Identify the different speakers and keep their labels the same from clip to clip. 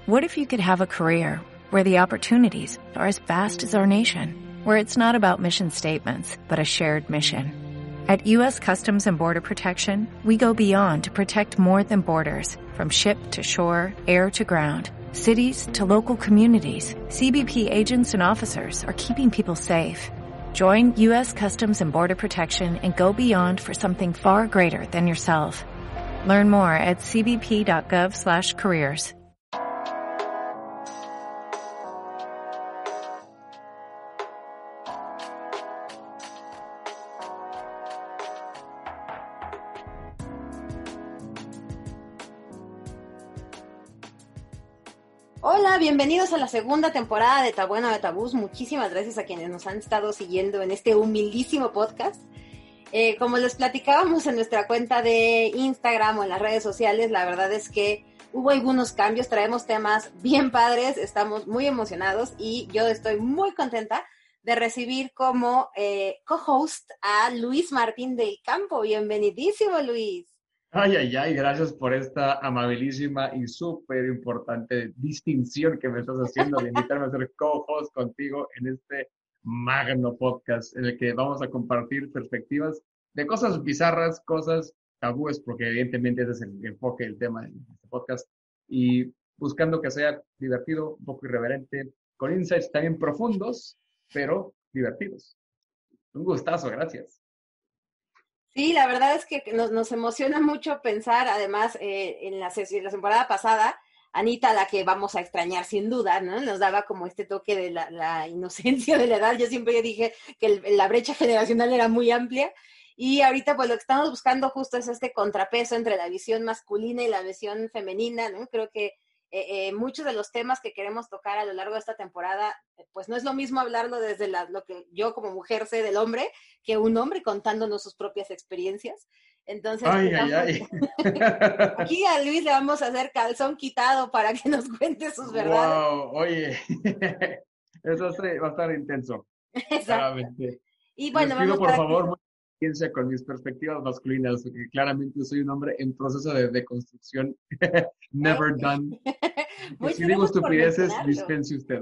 Speaker 1: What if you could have a career where the opportunities are as vast as our nation, where it's not about mission statements, but a shared mission? At U.S. Customs and Border Protection, we go beyond to protect more than borders, from ship to shore, air to ground, cities to local communities. CBP agents and officers are keeping people safe. Join U.S. Customs and Border Protection and go beyond for something far greater than yourself. Learn more at cbp.gov/careers.
Speaker 2: Hola, bienvenidos a la segunda temporada de Tabueno de Tabús. Muchísimas gracias a quienes nos han estado siguiendo en este humildísimo podcast. Como les platicábamos en nuestra cuenta de Instagram o en las redes sociales, la verdad es que hubo algunos cambios, traemos temas bien padres, estamos muy emocionados y yo estoy muy contenta de recibir como co-host a Luis Martín del Campo. Bienvenidísimo, Luis.
Speaker 3: Ay, gracias por esta amabilísima y súper importante distinción que me estás haciendo de invitarme a ser co-host contigo en este magno podcast en el que vamos a compartir perspectivas de cosas bizarras, cosas tabúes, porque evidentemente ese es el enfoque del tema de este podcast, y buscando que sea divertido, un poco irreverente, con insights también profundos, pero divertidos. Un gustazo, gracias.
Speaker 2: Sí, la verdad es que nos emociona mucho pensar, además, en la temporada pasada, Anita, la que vamos a extrañar sin duda, ¿no? Nos daba como este toque de la inocencia de la edad. Yo siempre dije que la brecha generacional era muy amplia y ahorita pues lo que estamos buscando justo es este contrapeso entre la visión masculina y la visión femenina, ¿no? Creo que muchos de los temas que queremos tocar a lo largo de esta temporada, pues no es lo mismo hablarlo desde lo que yo como mujer sé del hombre, que un hombre contándonos sus propias experiencias. Entonces, aquí a Luis le vamos a hacer calzón quitado para que nos cuente sus verdades.
Speaker 3: Wow, oye, eso va a estar intenso.
Speaker 2: Exacto. Y bueno,
Speaker 3: les pido por favor mucha paciencia con mis perspectivas masculinas, porque claramente soy un hombre en proceso de deconstrucción. Never done. Si digo estupideces, dispense usted.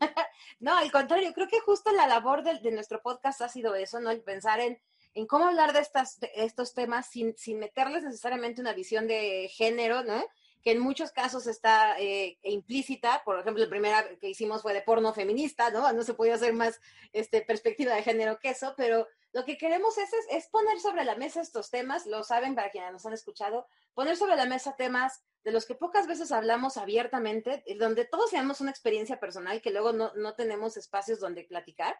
Speaker 2: No, al contrario, creo que justo la labor de nuestro podcast ha sido eso, ¿no? El pensar en cómo hablar de estos temas sin meterles necesariamente una visión de género, ¿no? Que en muchos casos está implícita. Por ejemplo, la primera que hicimos fue de porno feminista, ¿no? No se podía hacer más perspectiva de género que eso, pero lo que queremos es poner sobre la mesa estos temas, lo saben para quienes nos han escuchado, poner sobre la mesa temas de los que pocas veces hablamos abiertamente, donde todos tenemos una experiencia personal que luego no tenemos espacios donde platicar.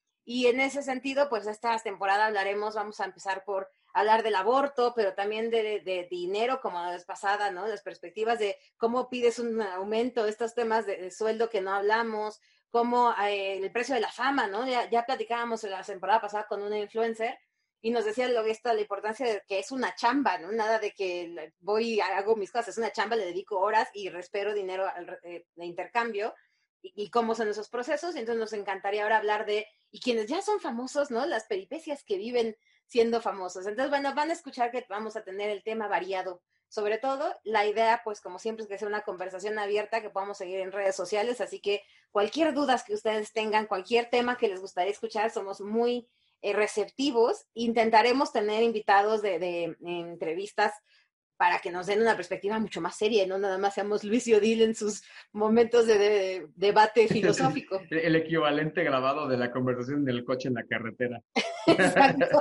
Speaker 2: Y en ese sentido, pues esta temporada vamos a empezar por hablar del aborto, pero también de dinero, como la vez pasada, ¿no? Las perspectivas de cómo pides un aumento, estos temas de sueldo que no hablamos, cómo el precio de la fama, ¿no? Ya platicábamos la temporada pasada con una influencer y nos decía la importancia de que es una chamba, ¿no? Nada de que voy y hago mis cosas, es una chamba, le dedico horas y espero dinero de intercambio. Y cómo son esos procesos, y entonces nos encantaría ahora hablar y quienes ya son famosos, ¿no? Las peripecias que viven siendo famosos. Entonces, bueno, van a escuchar que vamos a tener el tema variado. Sobre todo, la idea, pues, como siempre, es que sea una conversación abierta que podamos seguir en redes sociales, así que cualquier duda que ustedes tengan, cualquier tema que les gustaría escuchar, somos muy receptivos. Intentaremos tener invitados de entrevistas para que nos den una perspectiva mucho más seria, no nada más seamos Luis y Odile en sus momentos de debate filosófico.
Speaker 3: El equivalente grabado de la conversación del coche en la carretera.
Speaker 2: Exacto.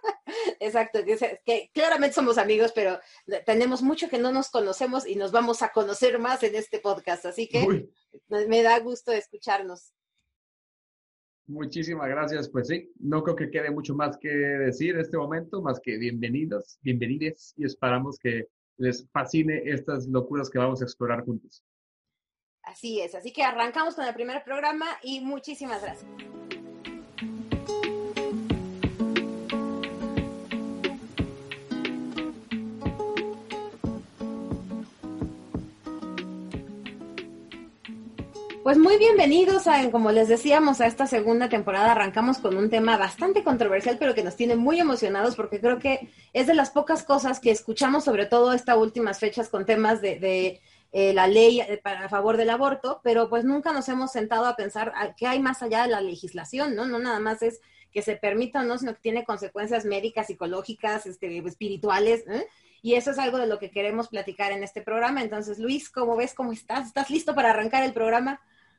Speaker 2: Exacto, que claramente somos amigos, pero tenemos mucho que no nos conocemos y nos vamos a conocer más en este podcast, así que me da gusto escucharnos.
Speaker 3: Muchísimas gracias. Pues sí, no creo que quede mucho más que decir en este momento, más que bienvenidos, bienvenides, y esperamos que les fascine estas locuras que vamos a explorar juntos.
Speaker 2: Así es, así que arrancamos con el primer programa y muchísimas gracias. Pues muy bienvenidos como les decíamos, a esta segunda temporada. Arrancamos con un tema bastante controversial, pero que nos tiene muy emocionados porque creo que es de las pocas cosas que escuchamos, sobre todo estas últimas fechas, con temas de la ley a favor del aborto, pero pues nunca nos hemos sentado a pensar qué hay más allá de la legislación, ¿no? No nada más es que se permita o no, sino que tiene consecuencias médicas, psicológicas, espirituales, ¿eh? Y eso es algo de lo que queremos platicar en este programa. Entonces, Luis, ¿cómo ves? ¿Cómo estás? ¿Estás listo para arrancar el programa?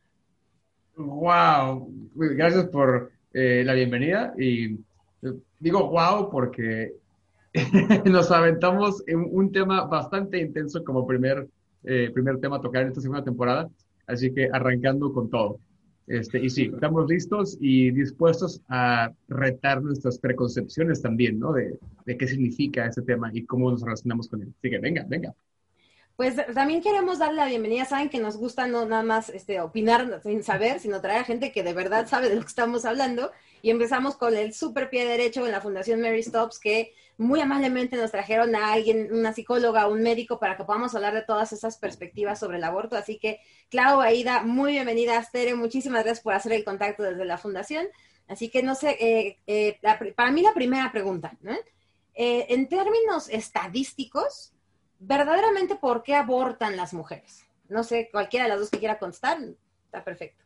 Speaker 3: Wow, gracias por la bienvenida y digo wow porque nos aventamos en un tema bastante intenso como primer tema a tocar en esta segunda temporada, así que arrancando con todo. Y sí, estamos listos y dispuestos a retar nuestras preconcepciones también, ¿no? De qué significa ese tema y cómo nos relacionamos con él. Así que venga, venga.
Speaker 2: Pues también queremos darle la bienvenida. Saben que nos gusta no nada más opinar sin saber, sino traer a gente que de verdad sabe de lo que estamos hablando. Y empezamos con el súper pie derecho en la Fundación Mary Stops, que muy amablemente nos trajeron a alguien, una psicóloga, un médico, para que podamos hablar de todas esas perspectivas sobre el aborto. Así que, Clau, Aida, muy bienvenida, Astere. Muchísimas gracias por hacer el contacto desde la Fundación. Así que, no sé, para mí la primera pregunta, ¿no? En términos estadísticos, verdaderamente, ¿por qué abortan las mujeres? No sé, cualquiera de las dos que quiera contestar, está perfecto.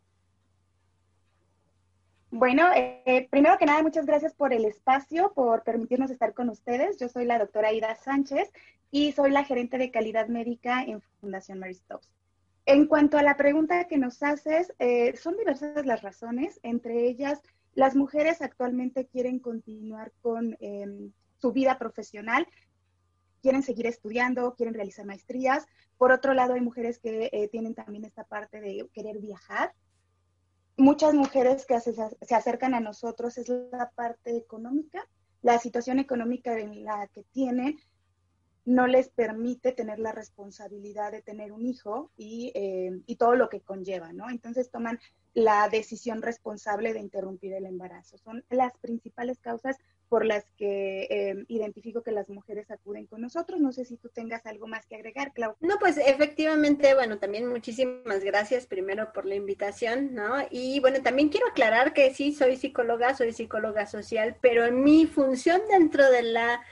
Speaker 4: Bueno, primero que nada, muchas gracias por el espacio, por permitirnos estar con ustedes. Yo soy la doctora Aida Sánchez y soy la gerente de calidad médica en Fundación Mary Stops. En cuanto a la pregunta que nos haces, son diversas las razones. Entre ellas, las mujeres actualmente quieren continuar con su vida profesional, quieren seguir estudiando, quieren realizar maestrías. Por otro lado, hay mujeres que tienen también esta parte de querer viajar. Muchas mujeres que se acercan a nosotros es la parte económica. La situación económica en la que tienen no les permite tener la responsabilidad de tener un hijo y todo lo que conlleva, ¿no? Entonces toman la decisión responsable de interrumpir el embarazo. Son las principales causas por las que identifico que las mujeres acuden con nosotros. No sé si tú tengas algo más que agregar, Clau.
Speaker 5: No, pues efectivamente, bueno, también muchísimas gracias primero por la invitación, ¿no? Y bueno, también quiero aclarar que sí, soy psicóloga social, pero en mi función dentro de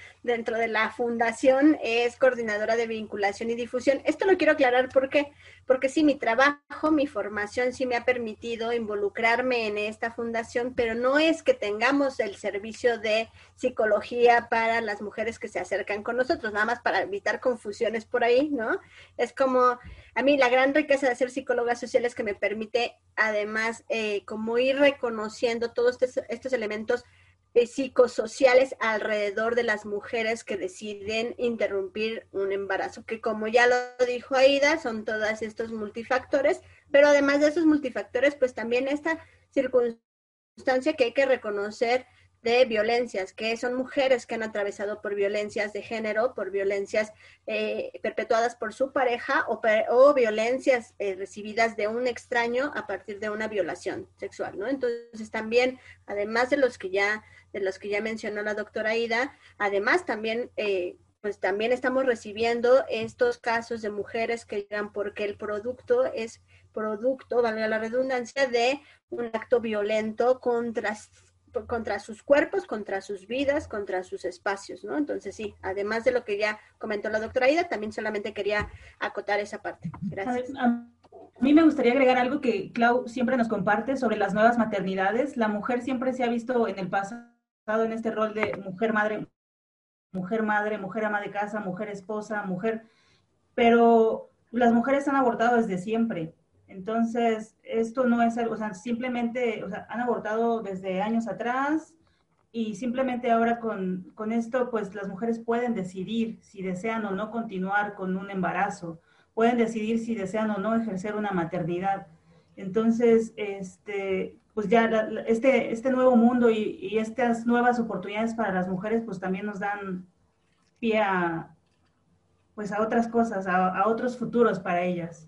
Speaker 5: la fundación es coordinadora de vinculación y difusión. Esto lo quiero aclarar porque sí, mi trabajo, mi formación sí me ha permitido involucrarme en esta fundación, pero no es que tengamos el servicio de psicología para las mujeres que se acercan con nosotros, nada más para evitar confusiones por ahí, ¿no? Es como, a mí la gran riqueza de ser psicóloga social es que me permite además como ir reconociendo todos estos elementos psicosociales alrededor de las mujeres que deciden interrumpir un embarazo, que como ya lo dijo Aida, son todos estos multifactores, pero además de esos multifactores, pues también esta circunstancia que hay que reconocer de violencias, que son mujeres que han atravesado por violencias de género, por violencias perpetuadas por su pareja o violencias recibidas de un extraño a partir de una violación sexual, ¿no? Entonces también, además de los que ya mencionó la doctora Aida, además también pues también estamos recibiendo estos casos de mujeres que llegan porque el producto es producto, valga la redundancia, de un acto violento contra sus cuerpos, contra sus vidas, contra sus espacios, ¿no? Entonces sí, además de lo que ya comentó la doctora Aida, también solamente quería acotar esa parte. Gracias.
Speaker 6: A mí me gustaría agregar algo que Clau siempre nos comparte sobre las nuevas maternidades. La mujer siempre se ha visto en el pasado en este rol de mujer madre, mujer ama de casa, mujer esposa, pero las mujeres han abortado desde siempre. Entonces, esto no es algo, o sea, simplemente, o sea, han abortado desde años atrás y simplemente ahora con esto, pues las mujeres pueden decidir si desean o no continuar con un embarazo, pueden decidir si desean o no ejercer una maternidad. Entonces, pues ya este nuevo mundo y estas nuevas oportunidades para las mujeres, pues también nos dan pie a otras cosas, a otros futuros para ellas.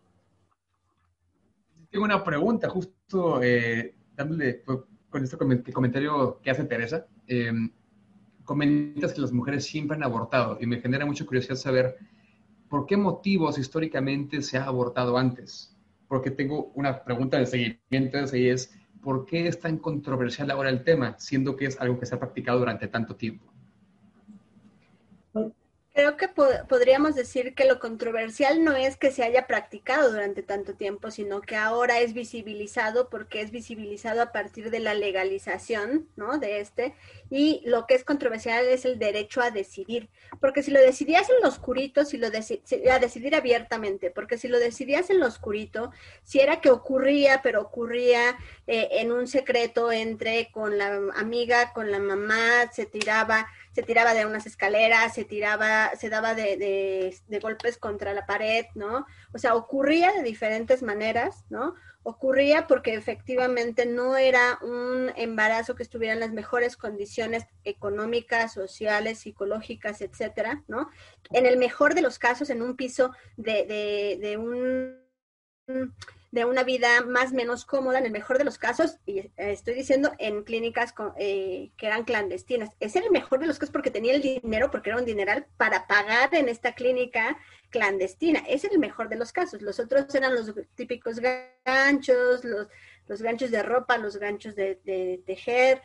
Speaker 3: Tengo una pregunta, justo dándole con este comentario que hace Teresa. Comentas que las mujeres siempre han abortado y me genera mucha curiosidad saber por qué motivos históricamente se ha abortado antes. Porque tengo una pregunta de seguimiento y es, ¿por qué es tan controversial ahora el tema, siendo que es algo que se ha practicado durante tanto tiempo?
Speaker 5: creo que podríamos decir que lo controversial no es que se haya practicado durante tanto tiempo, sino que ahora es visibilizado porque es visibilizado a partir de la legalización, ¿no? De y lo que es controversial es el derecho a decidir, porque si lo decidías en lo oscurito, a decidir abiertamente, porque si lo decidías en lo oscurito, si era que ocurría, pero ocurría en un secreto con la amiga, con la mamá, se tiraba de unas escaleras, se daba de golpes contra la pared, ¿no? O sea, ocurría de diferentes maneras, ¿no? Ocurría porque efectivamente no era un embarazo que estuviera en las mejores condiciones económicas, sociales, psicológicas, etcétera, ¿no? En el mejor de los casos, en un piso de una vida más o menos cómoda, en el mejor de los casos, y estoy diciendo en clínicas que eran clandestinas. Ese era el mejor de los casos porque tenía el dinero, porque era un dineral para pagar en esta clínica clandestina. Ese era el mejor de los casos. Los otros eran los típicos ganchos, los ganchos de ropa, los ganchos de tejer,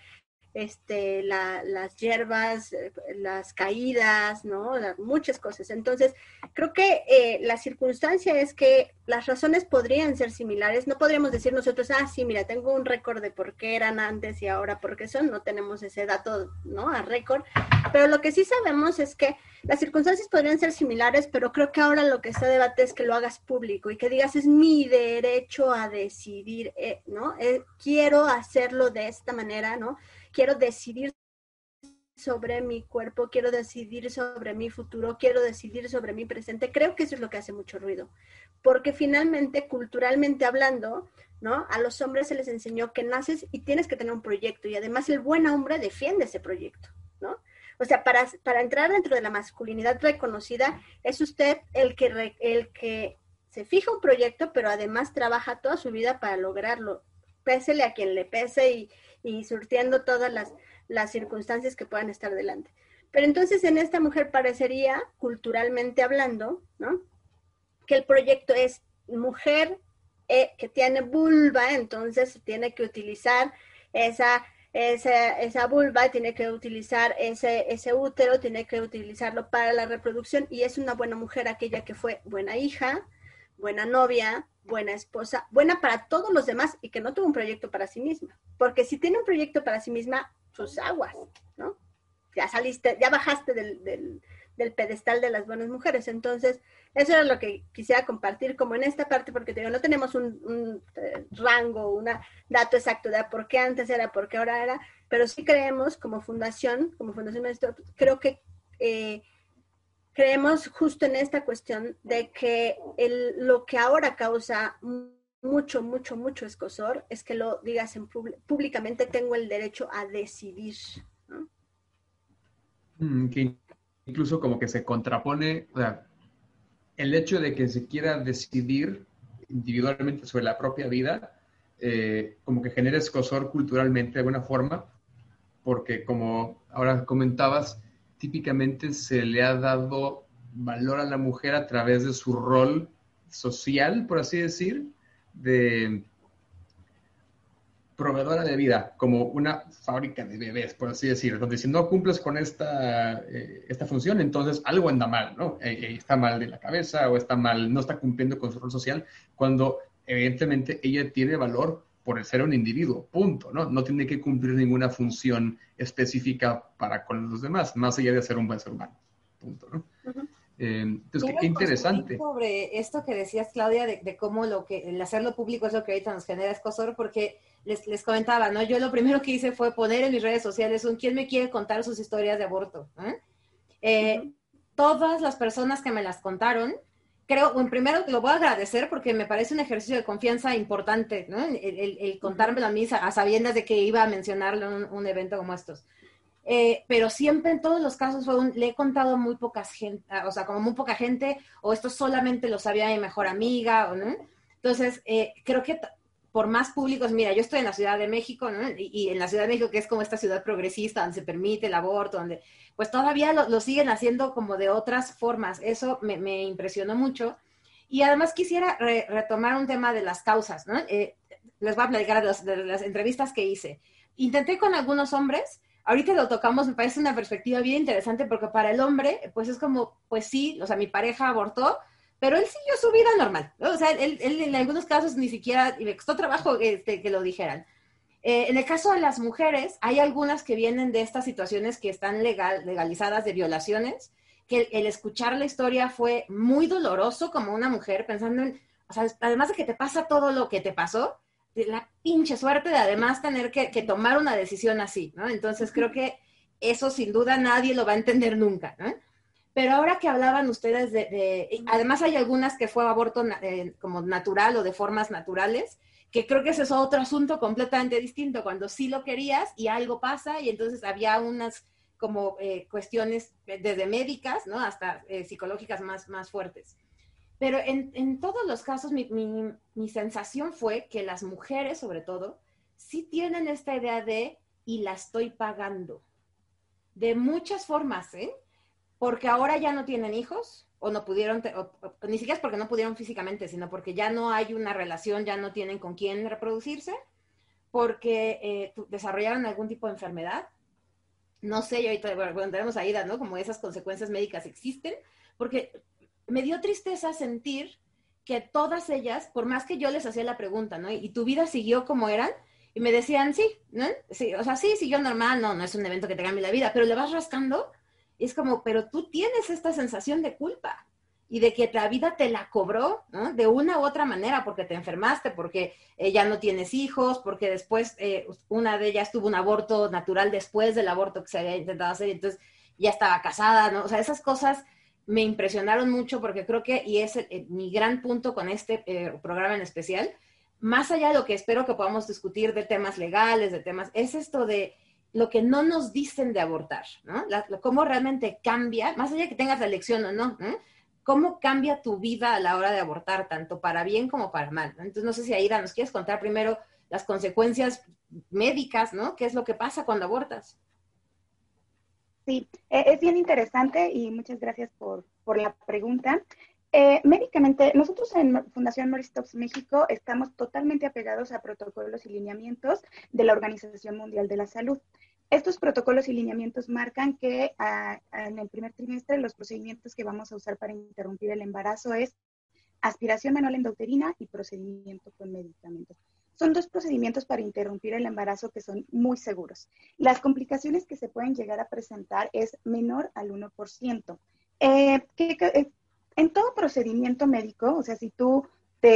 Speaker 5: las hierbas, las caídas, ¿no? Muchas cosas. Entonces, creo que la circunstancia es que las razones podrían ser similares. No podríamos decir nosotros, sí, mira, tengo un récord de por qué eran antes y ahora por qué son. No tenemos ese dato, ¿no? A récord. Pero lo que sí sabemos es que las circunstancias podrían ser similares, pero creo que ahora lo que está a debate es que lo hagas público y que digas, es mi derecho a decidir, ¿no? Quiero hacerlo de esta manera, ¿no? Quiero decidir sobre mi cuerpo, quiero decidir sobre mi futuro, quiero decidir sobre mi presente. Creo que eso es lo que hace mucho ruido, porque finalmente, culturalmente hablando, ¿no? A los hombres se les enseñó que naces y tienes que tener un proyecto, y además el buen hombre defiende ese proyecto, ¿no? O sea, para entrar dentro de la masculinidad reconocida, es usted el que se fija un proyecto, pero además trabaja toda su vida para lograrlo, pésele a quien le pese y surtiendo todas las circunstancias que puedan estar delante. Pero entonces en esta mujer parecería, culturalmente hablando, ¿no? Que el proyecto es mujer que tiene vulva, entonces tiene que utilizar esa vulva, tiene que utilizar ese útero, tiene que utilizarlo para la reproducción, y es una buena mujer aquella que fue buena hija, buena novia, buena esposa, buena para todos los demás y que no tuvo un proyecto para sí misma. Porque si tiene un proyecto para sí misma, sus aguas, ¿no? Ya saliste, ya bajaste del pedestal de las buenas mujeres. Entonces, eso era lo que quisiera compartir como en esta parte, porque te digo, no tenemos un rango, un dato exacto de por qué antes era, por qué ahora era, pero sí creemos como Fundación Maestro, creo que creemos justo en esta cuestión de que lo que ahora causa mucho escozor es que lo digas públicamente, tengo el derecho a decidir, ¿no?
Speaker 3: Que incluso como que se contrapone, o sea, el hecho de que se quiera decidir individualmente sobre la propia vida, como que genera escozor culturalmente de alguna forma, porque como ahora comentabas, típicamente se le ha dado valor a la mujer a través de su rol social, por así decir, de proveedora de vida, como una fábrica de bebés, por así decir, donde si no cumples con esta función, entonces algo anda mal, ¿no? Está mal de la cabeza o está mal, no está cumpliendo con su rol social, cuando evidentemente ella tiene valor por el ser un individuo, punto, ¿no? No tiene que cumplir ninguna función específica para con los demás, más allá de ser un buen ser humano, punto, ¿no?
Speaker 5: Uh-huh.
Speaker 3: Entonces, qué interesante.
Speaker 2: Sobre esto que decías, Claudia, de cómo el hacerlo público es lo que ahorita nos genera escozor, porque les comentaba, ¿no? Yo lo primero que hice fue poner en mis redes sociales ¿quién me quiere contar sus historias de aborto? Todas las personas que me las contaron, creo, bueno, primero lo voy a agradecer porque me parece un ejercicio de confianza importante, ¿no? El contármelo a mí a sabiendas de que iba a mencionarlo en un evento como estos. Pero siempre en todos los casos le he contado a muy poca gente, o sea, como muy poca gente, o esto solamente lo sabía mi mejor amiga, ¿no? Entonces, creo que por más públicos, mira, yo estoy en la Ciudad de México, ¿no? Y en la Ciudad de México, que es como esta ciudad progresista, donde se permite el aborto, donde pues todavía lo siguen haciendo como de otras formas. Eso me impresionó mucho. Y además quisiera retomar un tema de las causas, ¿no? Les voy a platicar de las entrevistas que hice. Intenté con algunos hombres ahorita lo tocamos, me parece una perspectiva bien interesante porque para el hombre, pues es como, pues sí, o sea, mi pareja abortó, pero él siguió su vida normal, ¿no? O sea, él en algunos casos ni siquiera, y me costó trabajo que lo dijeran. En el caso de las mujeres, hay algunas que vienen de estas situaciones que están legalizadas de violaciones, que el escuchar la historia fue muy doloroso como una mujer, pensando en, o sea, además de que te pasa todo lo que te pasó, de la pinche suerte de además tener que tomar una decisión así, ¿no? Entonces creo que eso sin duda nadie lo va a entender nunca, ¿no? Pero ahora que hablaban ustedes además hay algunas que fue aborto como natural o de formas naturales, que creo que ese es otro asunto completamente distinto, cuando sí lo querías y algo pasa y entonces había unas como cuestiones desde médicas, ¿no? Hasta psicológicas más fuertes. Pero en todos los casos mi sensación fue que las mujeres, sobre todo, sí tienen esta idea de, y la estoy pagando, de muchas formas, ¿eh? Porque ahora ya no tienen hijos, o no pudieron, o ni siquiera es porque no pudieron físicamente, sino porque ya no hay una relación, ya no tienen con quién reproducirse, porque desarrollaron algún tipo de enfermedad. No sé, y ahorita entraremos a Ida, ¿no? Como esas consecuencias médicas existen, porque me dio tristeza sentir que todas ellas, por más que yo les hacía la pregunta, ¿no? Y tu vida siguió como eran, y me decían, sí, ¿no? Sí, o sea, sí, siguió normal, no es un evento que te cambie la vida, pero le vas rascando, y es como, pero tú tienes esta sensación de culpa, y de que la vida te la cobró, ¿no? De una u otra manera, porque te enfermaste, porque ya no tienes hijos, porque después una de ellas tuvo un aborto natural después del aborto que se había intentado hacer, entonces ya estaba casada, ¿no? O sea, esas cosas me impresionaron mucho porque creo que, y es mi gran punto con este programa en especial, más allá de lo que espero que podamos discutir de temas legales, de temas, es esto de lo que no nos dicen de abortar, ¿no? Cómo realmente cambia, más allá de que tengas la elección o no, ¿eh? Cómo cambia tu vida a la hora de abortar, tanto para bien como para mal, ¿no? Entonces, no sé si Aida nos quieres contar primero las consecuencias médicas, ¿no? ¿Qué es lo que pasa cuando abortas?
Speaker 4: Sí, es bien interesante y muchas gracias por la pregunta. Médicamente, nosotros en Fundación Marie Stopes México estamos totalmente apegados a protocolos y lineamientos de la Organización Mundial de la Salud. Estos protocolos y lineamientos marcan que en el primer trimestre los procedimientos que vamos a usar para interrumpir el embarazo es aspiración manual endouterina y procedimiento con medicamentos. Son dos procedimientos para interrumpir el embarazo que son muy seguros. Las complicaciones que se pueden llegar a presentar es menor al 1%. En todo procedimiento médico, o sea, si tú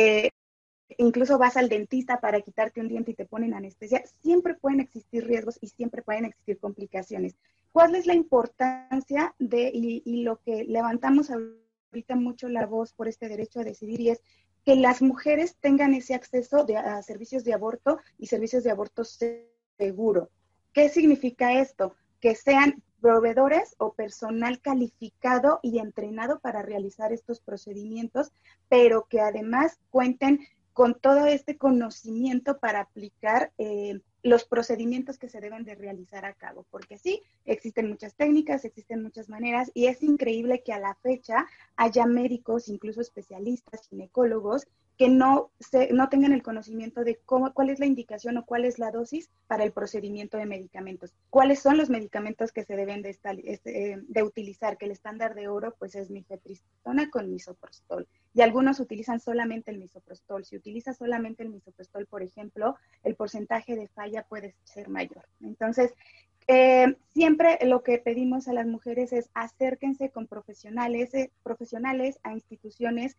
Speaker 4: incluso vas al dentista para quitarte un diente y te ponen anestesia, siempre pueden existir riesgos y siempre pueden existir complicaciones. ¿Cuál es la importancia y lo que levantamos ahorita mucho la voz por este derecho a decidir, y es que las mujeres tengan ese acceso a servicios de aborto y servicios de aborto seguro? ¿Qué significa esto? Que sean proveedores o personal calificado y entrenado para realizar estos procedimientos, pero que además cuenten con todo este conocimiento para aplicar los procedimientos que se deben de realizar a cabo, porque sí, existen muchas técnicas, existen muchas maneras, y es increíble que a la fecha haya médicos, incluso especialistas, ginecólogos, que no tengan el conocimiento de cuál es la indicación o cuál es la dosis para el procedimiento de medicamentos. ¿Cuáles son los medicamentos que se deben de utilizar? Que el estándar de oro pues es mifepristona con misoprostol. Y algunos utilizan solamente el misoprostol. Si utilizas solamente el misoprostol, por ejemplo, el porcentaje de falla puede ser mayor. Entonces, siempre lo que pedimos a las mujeres es acérquense con profesionales a instituciones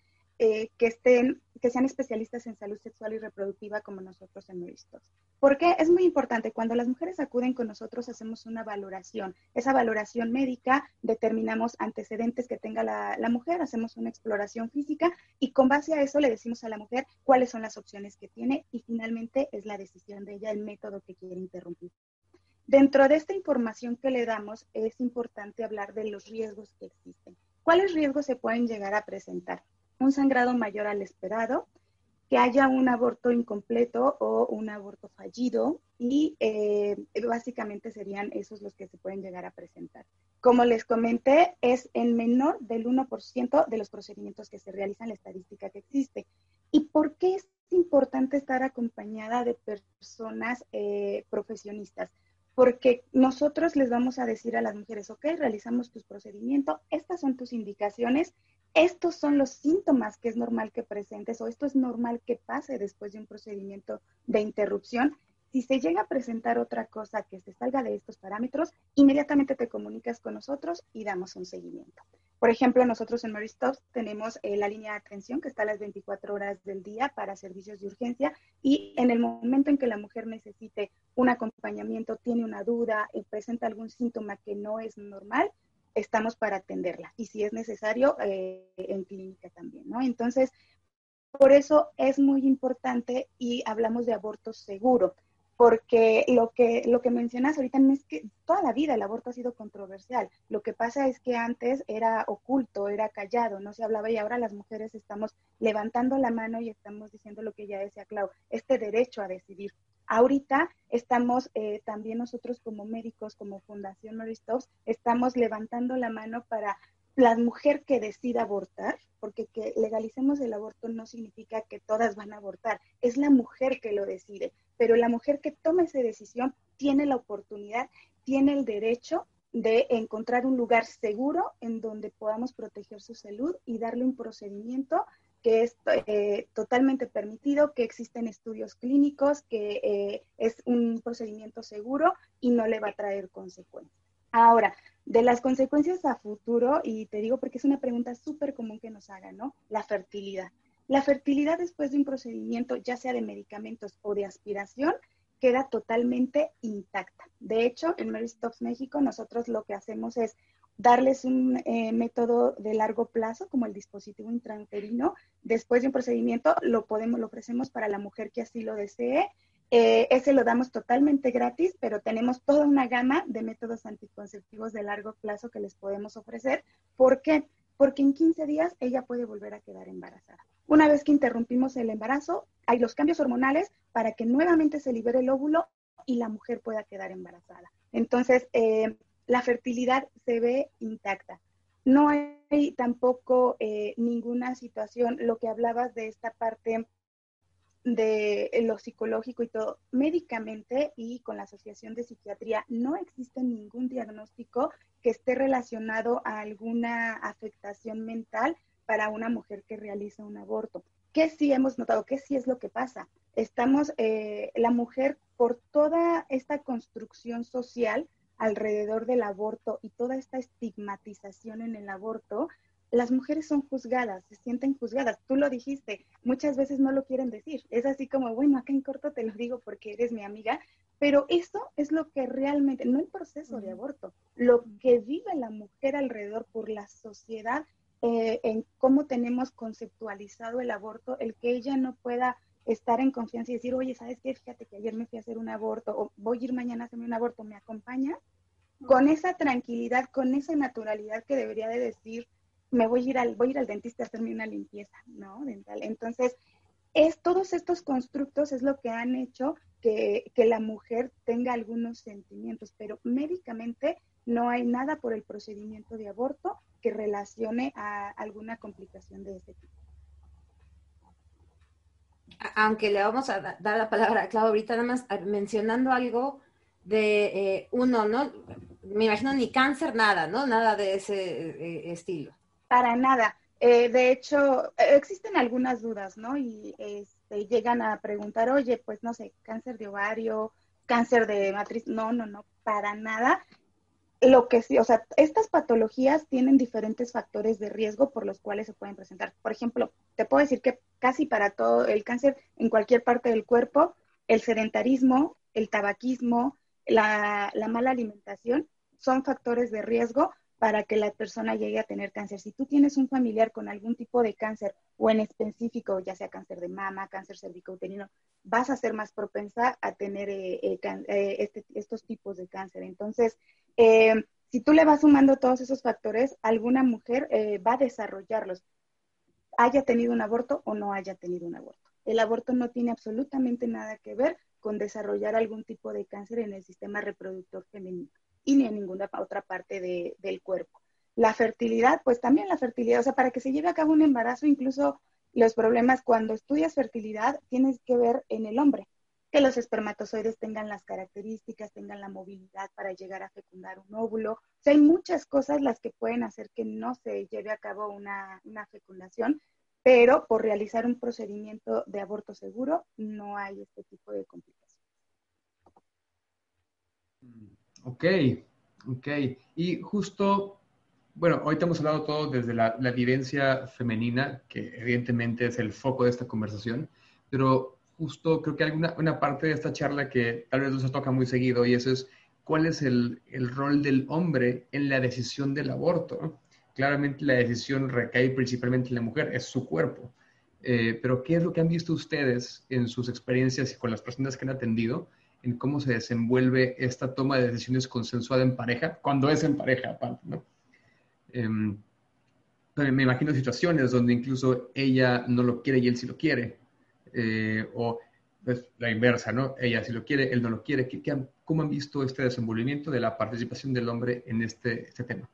Speaker 4: que sean especialistas en salud sexual y reproductiva como nosotros en Marie Stopes. Porque es muy importante, cuando las mujeres acuden con nosotros hacemos una valoración. Esa valoración médica, determinamos antecedentes que tenga la mujer, hacemos una exploración física y con base a eso le decimos a la mujer cuáles son las opciones que tiene y finalmente es la decisión de ella el método que quiere interrumpir. Dentro de esta información que le damos es importante hablar de los riesgos que existen. ¿Cuáles riesgos se pueden llegar a presentar? Un sangrado mayor al esperado, que haya un aborto incompleto o un aborto fallido y básicamente serían esos los que se pueden llegar a presentar. Como les comenté, es en menor del 1% de los procedimientos que se realizan la estadística que existe. ¿Y por qué es importante estar acompañada de personas profesionistas? porque nosotros les vamos a decir a las mujeres, ok, realizamos tus procedimientos, estas son tus indicaciones, estos son los síntomas que es normal que presentes o esto es normal que pase después de un procedimiento de interrupción. Si se llega a presentar otra cosa que se salga de estos parámetros, inmediatamente te comunicas con nosotros y damos un seguimiento. Por ejemplo, nosotros en Mary Stops tenemos la línea de atención que está a las 24 horas del día para servicios de urgencia y en el momento en que la mujer necesite un acompañamiento, tiene una duda y presenta algún síntoma que no es normal, estamos para atenderla. Y si es necesario, en clínica también, ¿no? Entonces, por eso es muy importante y hablamos de aborto seguro. Porque lo que mencionas ahorita no es que toda la vida el aborto ha sido controversial. Lo que pasa es que antes era oculto, era callado, no se hablaba y ahora las mujeres estamos levantando la mano y estamos diciendo lo que ya decía Clau, este derecho a decidir. Ahorita estamos también nosotros como médicos, como Fundación Mary Stops, estamos levantando la mano para la mujer que decida abortar, porque que legalicemos el aborto no significa que todas van a abortar, es la mujer que lo decide, pero la mujer que toma esa decisión tiene la oportunidad, tiene el derecho de encontrar un lugar seguro en donde podamos proteger su salud y darle un procedimiento que es totalmente permitido, que existen estudios clínicos, que es un procedimiento seguro y no le va a traer consecuencias. Ahora, de las consecuencias a futuro, y te digo porque es una pregunta súper común que nos hagan, ¿no? La fertilidad. La fertilidad después de un procedimiento, ya sea de medicamentos o de aspiración, queda totalmente intacta. De hecho, en Mary Stops México, nosotros lo que hacemos es darles un método de largo plazo, como el dispositivo intrauterino. Después de un procedimiento, lo ofrecemos para la mujer que así lo desee. Ese lo damos totalmente gratis, pero tenemos toda una gama de métodos anticonceptivos de largo plazo que les podemos ofrecer. ¿Por qué? Porque en 15 días ella puede volver a quedar embarazada. Una vez que interrumpimos el embarazo, hay los cambios hormonales para que nuevamente se libere el óvulo y la mujer pueda quedar embarazada. Entonces, la fertilidad se ve intacta. No hay tampoco ninguna situación, lo que hablabas de esta parte de lo psicológico y todo, médicamente y con la Asociación de Psiquiatría no existe ningún diagnóstico que esté relacionado a alguna afectación mental para una mujer que realiza un aborto. ¿Qué sí hemos notado? ¿Qué sí es lo que pasa? Estamos, la mujer, por toda esta construcción social alrededor del aborto y toda esta estigmatización en el aborto, las mujeres son juzgadas, se sienten juzgadas. Tú lo dijiste, muchas veces no lo quieren decir. Es así como, bueno, acá en corto te lo digo porque eres mi amiga, pero eso es lo que realmente, no el proceso de aborto, lo que vive la mujer alrededor por la sociedad, en cómo tenemos conceptualizado el aborto, el que ella no pueda estar en confianza y decir, oye, ¿sabes qué? Fíjate que ayer me fui a hacer un aborto o voy a ir mañana a hacerme un aborto, ¿me acompañas? Con esa tranquilidad, con esa naturalidad que debería de decir, voy a ir al dentista a hacerme una limpieza, ¿no? Dental. Entonces, todos estos constructos es lo que han hecho que la mujer tenga algunos sentimientos, pero médicamente no hay nada por el procedimiento de aborto que relacione a alguna complicación de ese tipo.
Speaker 2: Aunque le vamos a dar la palabra a Clau ahorita, nada más mencionando algo de uno, ¿no? Me imagino ni cáncer, nada, ¿no? Nada de ese estilo.
Speaker 4: Para nada. De hecho, existen algunas dudas, ¿no? Y llegan a preguntar, oye, pues no sé, cáncer de ovario, cáncer de matriz. No, para nada. Lo que sí, o sea, estas patologías tienen diferentes factores de riesgo por los cuales se pueden presentar. Por ejemplo, te puedo decir que casi para todo el cáncer en cualquier parte del cuerpo, el sedentarismo, el tabaquismo, la mala alimentación son factores de riesgo para que la persona llegue a tener cáncer. Si tú tienes un familiar con algún tipo de cáncer o en específico, ya sea cáncer de mama, cáncer cervicouterino, vas a ser más propensa a tener estos tipos de cáncer. Entonces, si tú le vas sumando todos esos factores, alguna mujer va a desarrollarlos, haya tenido un aborto o no haya tenido un aborto. El aborto no tiene absolutamente nada que ver con desarrollar algún tipo de cáncer en el sistema reproductor femenino y ni en ninguna otra parte del cuerpo. La fertilidad, pues también la fertilidad, o sea, para que se lleve a cabo un embarazo, incluso los problemas cuando estudias fertilidad tienes que ver en el hombre. que los espermatozoides tengan las características, tengan la movilidad para llegar a fecundar un óvulo. O sea, hay muchas cosas las que pueden hacer que no se lleve a cabo una fecundación, pero por realizar un procedimiento de aborto seguro no hay este tipo de complicaciones.
Speaker 3: Ok. Y justo, bueno, ahorita hemos hablado todo desde la vivencia femenina, que evidentemente es el foco de esta conversación, pero justo creo que hay una parte de esta charla que tal vez no se toca muy seguido, y eso es cuál es el rol del hombre en la decisión del aborto, ¿no? Claramente la decisión recae principalmente en la mujer, es su cuerpo. Pero ¿qué es lo que han visto ustedes en sus experiencias y con las personas que han atendido en cómo se desenvuelve esta toma de decisiones consensuada en pareja, cuando es en pareja aparte, ¿no? Me imagino situaciones donde incluso ella no lo quiere y él sí lo quiere, o pues, la inversa, ¿no? Ella sí lo quiere, él no lo quiere. ¿Cómo han visto este desenvolvimiento de la participación del hombre en este tema?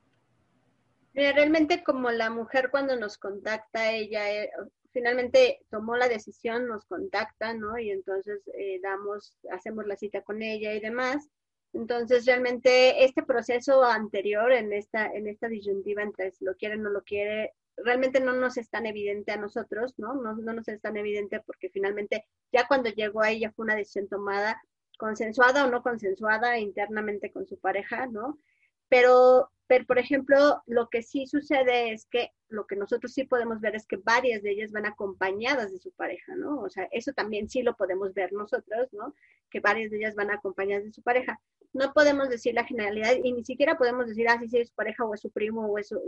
Speaker 5: Mira, realmente como la mujer cuando nos contacta, ella finalmente tomó la decisión, nos contacta, ¿no? Y entonces hacemos la cita con ella y demás. Entonces realmente este proceso anterior en esta disyuntiva entre si lo quiere o no lo quiere, realmente no nos es tan evidente a nosotros, ¿no? No nos es tan evidente porque finalmente ya cuando llegó ahí ya fue una decisión tomada, consensuada o no consensuada internamente con su pareja, ¿no? Pero, por ejemplo, lo que sí sucede es que lo que nosotros sí podemos ver es que varias de ellas van acompañadas de su pareja, ¿no? O sea, eso también sí lo podemos ver nosotros, ¿no? Que varias de ellas van acompañadas de su pareja. No podemos decir la generalidad y ni siquiera podemos decir, sí es su pareja o es su primo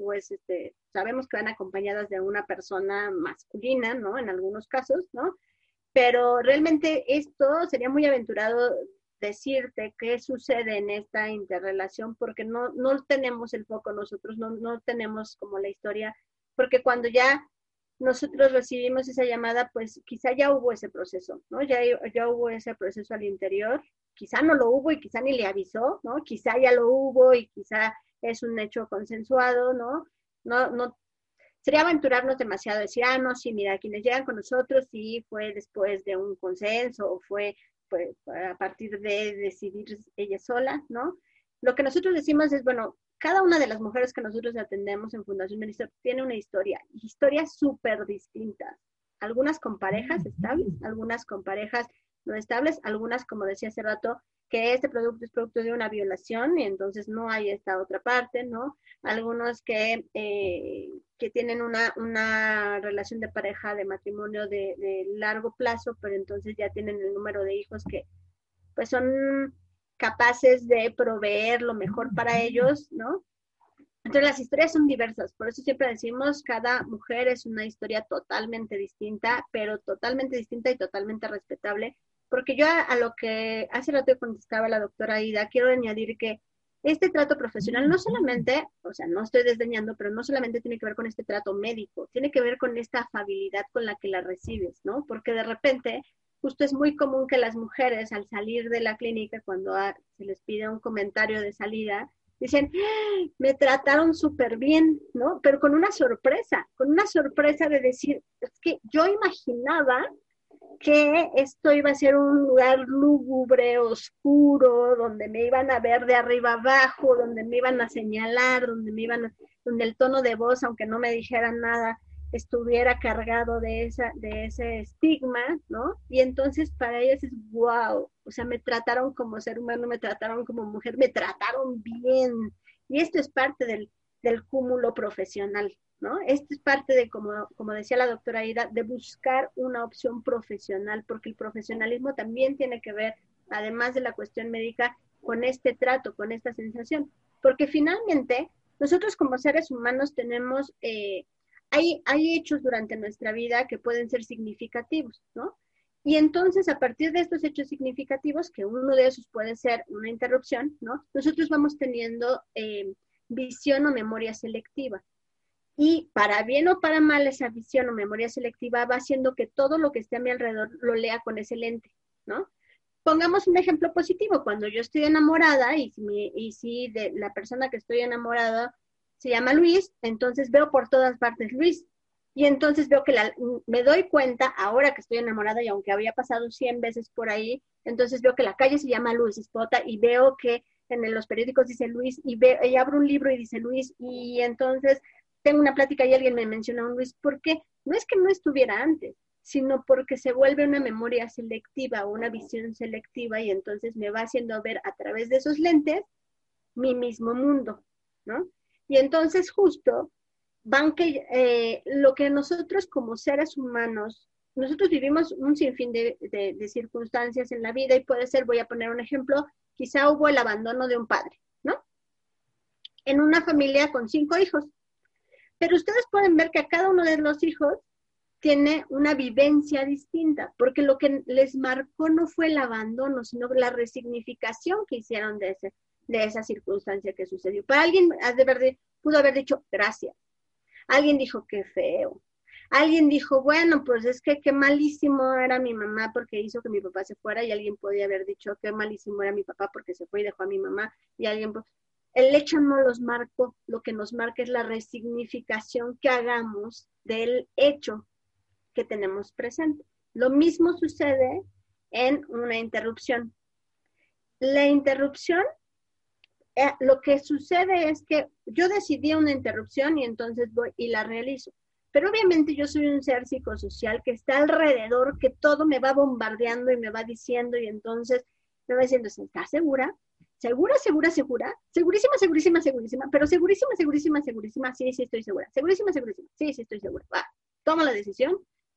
Speaker 5: sabemos que van acompañadas de una persona masculina, ¿no? En algunos casos, ¿no? Pero realmente esto sería muy aventurado decirte qué sucede en esta interrelación porque no tenemos el foco nosotros, no tenemos como la historia, porque cuando ya nosotros recibimos esa llamada, pues quizá ya hubo ese proceso, ¿no? Ya hubo ese proceso al interior, quizá no lo hubo y quizá ni le avisó, ¿no? Quizá ya lo hubo y quizá es un hecho consensuado, ¿no? No sería aventurarnos demasiado, decir, no, sí, mira, quienes llegan con nosotros sí fue después de un consenso o fue a partir de decidir ella sola, ¿no? Lo que nosotros decimos es, bueno, cada una de las mujeres que nosotros atendemos en Fundación Ministro tiene una historias súper distintas. Algunas con parejas estables, algunas con parejas no estables, algunas, como decía hace rato, que este producto es producto de una violación y entonces no hay esta otra parte, ¿no? Algunos que tienen una relación de pareja, de matrimonio de largo plazo, pero entonces ya tienen el número de hijos que pues son capaces de proveer lo mejor para ellos, ¿no? Entonces las historias son diversas, por eso siempre decimos, cada mujer es una historia totalmente distinta, pero totalmente distinta y totalmente respetable, porque yo a lo que hace rato contestaba la doctora Aida, quiero añadir que este trato profesional no solamente, o sea, no estoy desdeñando, pero no solamente tiene que ver con este trato médico, tiene que ver con esta afabilidad con la que la recibes, ¿no? Porque de repente, justo es muy común que las mujeres al salir de la clínica, cuando se les pide un comentario de salida, dicen, me trataron súper bien, ¿no? Pero con una sorpresa de decir, es que yo imaginaba que esto iba a ser un lugar lúgubre, oscuro, donde me iban a ver de arriba abajo, donde me iban a señalar, donde el tono de voz, aunque no me dijeran nada, estuviera cargado de ese estigma, ¿no? Y entonces para ellas es wow, o sea, me trataron como ser humano, me trataron como mujer, me trataron bien. Y esto es parte del cúmulo profesional, ¿no? Esto es parte de, como decía la doctora Aida, de buscar una opción profesional, porque el profesionalismo también tiene que ver, además de la cuestión médica, con este trato, con esta sensación. Porque finalmente, nosotros como seres humanos tenemos... hay hechos durante nuestra vida que pueden ser significativos, ¿no? Y entonces, a partir de estos hechos significativos, que uno de esos puede ser una interrupción, ¿no? Nosotros vamos teniendo visión o memoria selectiva. Y para bien o para mal, esa visión o memoria selectiva va haciendo que todo lo que esté a mi alrededor lo lea con ese lente, ¿no? Pongamos un ejemplo positivo. Cuando yo estoy enamorada y si de la persona que estoy enamorada se llama Luis, entonces veo por todas partes Luis. Y entonces veo que me doy cuenta, ahora que estoy enamorada y aunque había pasado 100 veces por ahí, entonces veo que la calle se llama Luis Espota y veo que en los periódicos dice Luis y abro un libro y dice Luis y entonces tengo una plática y alguien me menciona un Luis. ¿Por qué? No es que no estuviera antes, sino porque se vuelve una memoria selectiva o una visión selectiva y entonces me va haciendo ver a través de esos lentes mi mismo mundo, ¿no? Y entonces justo lo que nosotros como seres humanos, nosotros vivimos un sinfín de circunstancias en la vida y puede ser, voy a poner un ejemplo, quizá hubo el abandono de un padre, ¿no? En una familia con 5 hijos. Pero ustedes pueden ver que a cada uno de los hijos tiene una vivencia distinta, porque lo que les marcó no fue el abandono, sino la resignificación que hicieron de esa circunstancia que sucedió. Para alguien pudo haber dicho gracias. Alguien dijo qué feo. Alguien dijo, bueno, pues es que qué malísimo era mi mamá porque hizo que mi papá se fuera, y alguien podía haber dicho qué malísimo era mi papá porque se fue y dejó a mi mamá, y alguien, pues, el hecho no los marcó, lo que nos marca es la resignificación que hagamos del hecho que tenemos presente. Lo mismo sucede en una interrupción. La interrupción, lo que sucede es que yo decidí una interrupción y entonces voy y la realizo. Pero obviamente yo soy un ser psicosocial que está alrededor, que todo me va bombardeando y me va diciendo y entonces me va diciendo, ¿estás segura? ¿Segura, segura, segura? Segurísima, segurísima, segurísima, pero segurísima, segurísima, segurísima, sí, sí estoy segura. Segurísima, segurísima, sí, sí estoy segura. Va, tomo la decisión,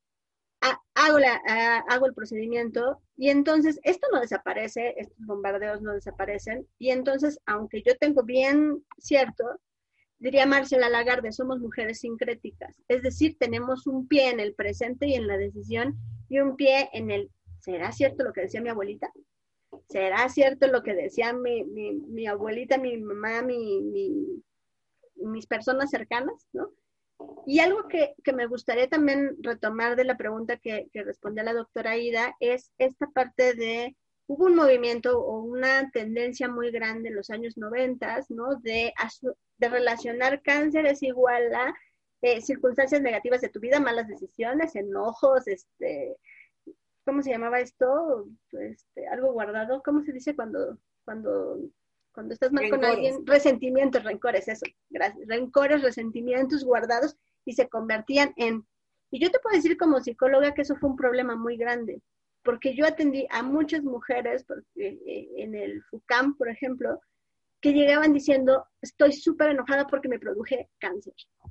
Speaker 5: hago el procedimiento y entonces esto no desaparece, estos bombardeos no desaparecen y entonces, aunque yo tengo bien cierto, diría Marcela Lagarde, somos mujeres sincréticas, es decir, tenemos un pie en el presente y en la decisión y un pie en el, ¿será cierto lo que decía mi abuelita? ¿Será cierto lo que decía mi abuelita, mi mamá, mis personas cercanas, ¿no? Y algo que me gustaría también retomar de la pregunta que respondió la doctora Ida es esta parte de, hubo un movimiento o una tendencia muy grande en los años 90, ¿no? De relacionar cáncer es igual a circunstancias negativas de tu vida, malas decisiones, enojos, ¿cómo se llamaba esto? Algo guardado, ¿cómo se dice cuando estás mal con alguien? Resentimientos, rencores, eso, gracias. Rencores, resentimientos guardados y se convertían en... Y yo te puedo decir como psicóloga que eso fue un problema muy grande, porque yo atendí a muchas mujeres en el FUCAM, por ejemplo, que llegaban diciendo, estoy súper enojada porque me produje cáncer.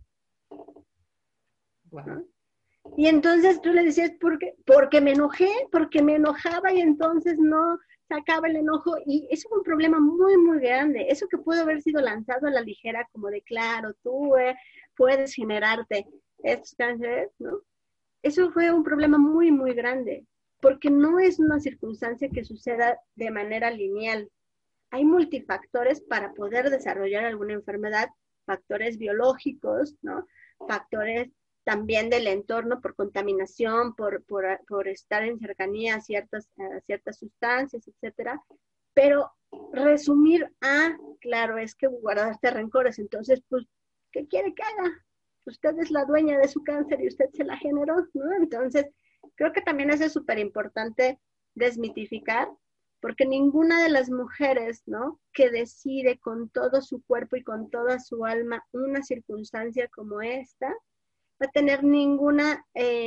Speaker 5: Wow. Y entonces tú le decías, ¿por qué? Porque me enojé, porque me enojaba y entonces no sacaba el enojo y eso fue un problema muy, muy grande. Eso que pudo haber sido lanzado a la ligera como de, claro, tú puedes generarte estos cánceres, ¿no? Eso fue un problema muy, muy grande, porque no es una circunstancia que suceda de manera lineal. Hay multifactores para poder desarrollar alguna enfermedad, factores biológicos, ¿no? Factores también del entorno por contaminación, por estar en cercanía a ciertas sustancias, etcétera. Pero resumir claro, es que guardaste rencores, entonces, pues, ¿qué quiere que haga? Usted es la dueña de su cáncer y usted se la generó, ¿no? Entonces, creo que también eso es súper importante desmitificar, porque ninguna de las mujeres, ¿no?, que decide con todo su cuerpo y con toda su alma una circunstancia como esta, va a tener ninguna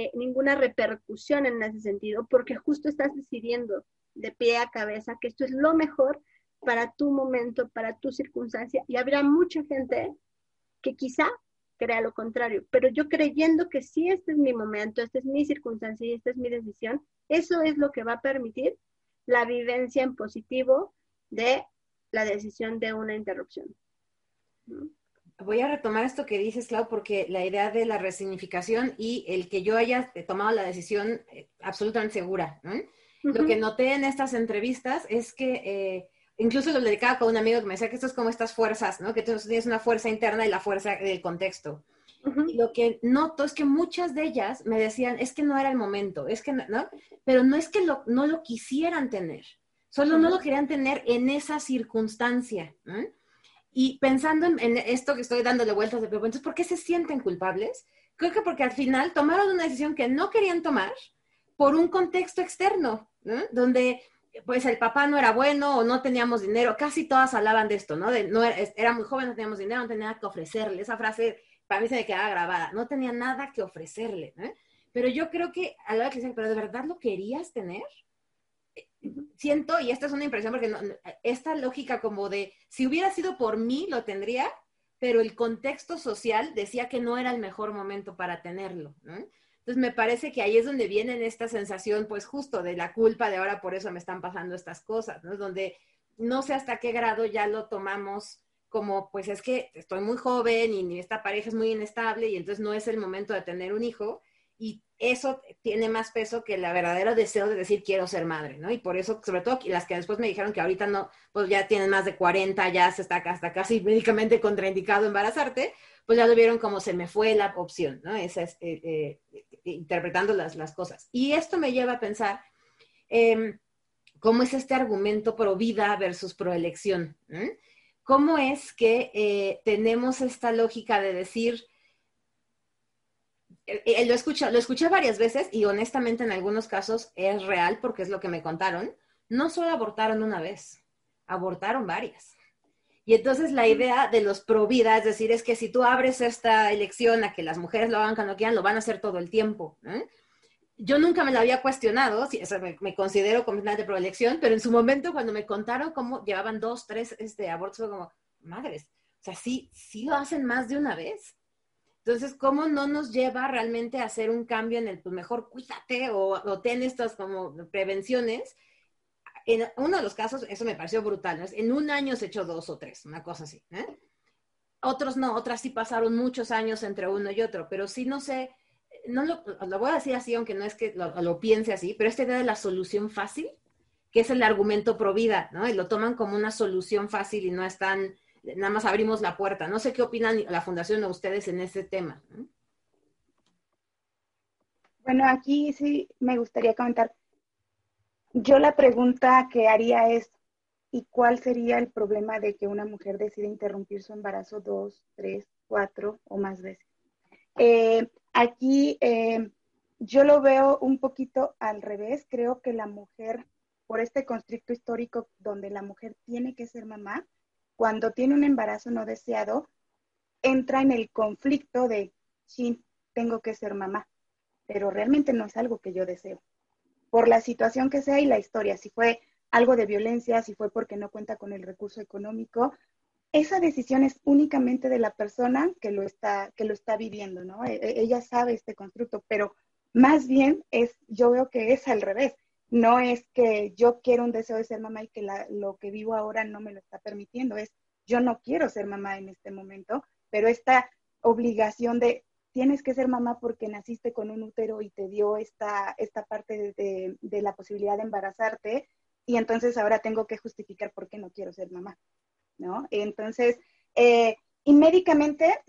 Speaker 5: repercusión en ese sentido, porque justo estás decidiendo de pie a cabeza que esto es lo mejor para tu momento, para tu circunstancia, y habrá mucha gente que quizá crea lo contrario, pero yo creyendo que sí, este es mi momento, esta es mi circunstancia y esta es mi decisión, eso es lo que va a permitir la vivencia en positivo de la decisión de una interrupción.
Speaker 2: ¿No? Voy a retomar esto que dices, Clau, porque la idea de la resignificación y el que yo haya tomado la decisión absolutamente segura, ¿no? Uh-huh. Lo que noté en estas entrevistas es que incluso lo dedicaba con un amigo que me decía que esto es como estas fuerzas, ¿no? Que tú tienes una fuerza interna y la fuerza del contexto. Uh-huh. Y lo que noto es que muchas de ellas me decían, es que no era el momento, es que no, pero no es que no lo quisieran tener, solo uh-huh. no lo querían tener en esa circunstancia, ¿eh? Y pensando en esto que estoy dándole vueltas de entonces, ¿por qué se sienten culpables? creo que porque al final tomaron una decisión que no querían tomar por un contexto externo, ¿no? Donde pues el papá no era bueno o no teníamos dinero. Casi todas hablaban de esto, ¿no? Era muy joven, no teníamos dinero, no tenía nada que ofrecerle. Esa frase para mí se me quedaba grabada. No tenía nada que ofrecerle, ¿no? Pero yo creo que a la hora que dicen, ¿pero de verdad lo querías tener? Siento, y esta es una impresión, porque esta lógica como de, si hubiera sido por mí, lo tendría, pero el contexto social decía que no era el mejor momento para tenerlo, ¿no? Entonces me parece que ahí es donde viene esta sensación, pues justo de la culpa de ahora por eso me están pasando estas cosas, ¿no? Donde no sé hasta qué grado ya lo tomamos como, pues es que estoy muy joven y esta pareja es muy inestable y entonces no es el momento de tener un hijo, y eso tiene más peso que el verdadero deseo de decir quiero ser madre, ¿no? Y por eso, sobre todo las que después me dijeron que ahorita no, pues ya tienen más de 40, ya se está hasta casi médicamente contraindicado embarazarte, pues ya lo vieron como se me fue la opción, ¿no? Esa es interpretando las cosas. Y esto me lleva a pensar cómo es este argumento pro vida versus pro elección, ¿eh? ¿Cómo es que tenemos esta lógica de decir, lo escuché varias veces y honestamente en algunos casos es real porque es lo que me contaron, no solo abortaron una vez, abortaron varias. Y entonces la idea de los pro vida, es decir, es que si tú abres esta elección a que las mujeres lo hagan cuando quieran, lo van a hacer todo el tiempo, ¿eh? Yo nunca me lo había cuestionado, o sea, me considero completamente pro elección, pero en su momento cuando me contaron cómo llevaban 2, 3 abortos, fue como, madres, o sea, sí lo hacen más de una vez. Entonces, ¿cómo no nos lleva realmente a hacer un cambio en el, pues mejor cuídate o ten estas como prevenciones? En uno de los casos, eso me pareció brutal, ¿no? En un año se echó 2 o 3, una cosa así, ¿eh? Otros no, otras sí pasaron muchos años entre uno y otro, pero sí no sé, no lo voy a decir así, aunque no es que lo piense así, pero esta idea de la solución fácil, que es el argumento pro vida, ¿no? Y lo toman como una solución fácil y no están, nada más abrimos la puerta. No sé qué opinan la Fundación o ustedes en ese tema, ¿no?
Speaker 4: Bueno, aquí sí me gustaría comentar. Yo la pregunta que haría es, ¿y cuál sería el problema de que una mujer decida interrumpir su embarazo 2, 3, 4 o más veces? Aquí yo lo veo un poquito al revés. Creo que la mujer, por este constructo histórico donde la mujer tiene que ser mamá, cuando tiene un embarazo no deseado, entra en el conflicto de, sí, tengo que ser mamá, pero realmente no es algo que yo deseo. Por la situación que sea y la historia, si fue algo de violencia, si fue porque no cuenta con el recurso económico, esa decisión es únicamente de la persona que lo está viviendo, ¿no? Ella sabe este constructo, pero más bien yo veo que es al revés. No es que yo quiero un deseo de ser mamá y que lo que vivo ahora no me lo está permitiendo, es yo no quiero ser mamá en este momento, pero esta obligación de tienes que ser mamá porque naciste con un útero y te dio esta parte de la posibilidad de embarazarte, y entonces ahora tengo que justificar por qué no quiero ser mamá, ¿no? Entonces, y médicamente,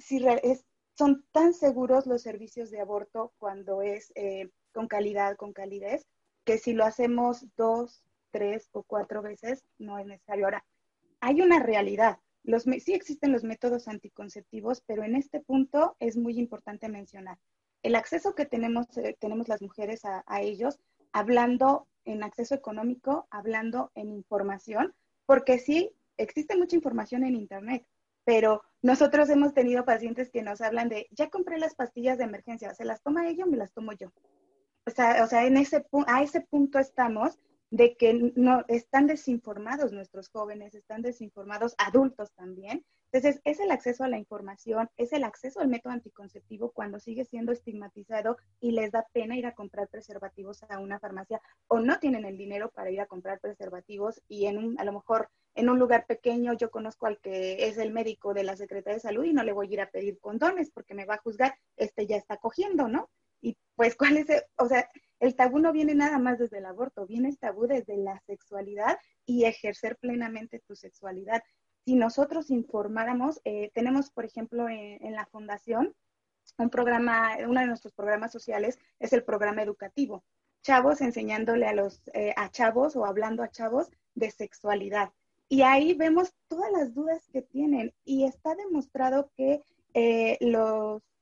Speaker 4: son tan seguros los servicios de aborto cuando es con calidad, con calidez, que si lo hacemos 2, 3 o 4 veces, no es necesario. Ahora, hay una realidad. Sí existen los métodos anticonceptivos, pero en este punto es muy importante mencionar el acceso que tenemos las mujeres a ellos, hablando en acceso económico, hablando en información, porque sí, existe mucha información en Internet, pero nosotros hemos tenido pacientes que nos hablan de, ya compré las pastillas de emergencia, ¿se las toma ella o me las tomo yo? O sea a ese punto estamos, de que no están desinformados nuestros jóvenes, están desinformados adultos también. Entonces, es el acceso a la información, es el acceso al método anticonceptivo cuando sigue siendo estigmatizado y les da pena ir a comprar preservativos a una farmacia, o no tienen el dinero para ir a comprar preservativos, y a lo mejor en un lugar pequeño yo conozco al que es el médico de la Secretaría de Salud y no le voy a ir a pedir condones porque me va a juzgar, ya está cogiendo, ¿no? Y pues, ¿cuál es el tabú no viene nada más desde el aborto, viene el tabú desde la sexualidad y ejercer plenamente tu sexualidad. Si nosotros informáramos, tenemos, por ejemplo, en la Fundación, un programa, uno de nuestros programas sociales es el programa educativo. Chavos enseñándole a chavos o hablando a chavos de sexualidad. Y ahí vemos todas las dudas que tienen, y está demostrado que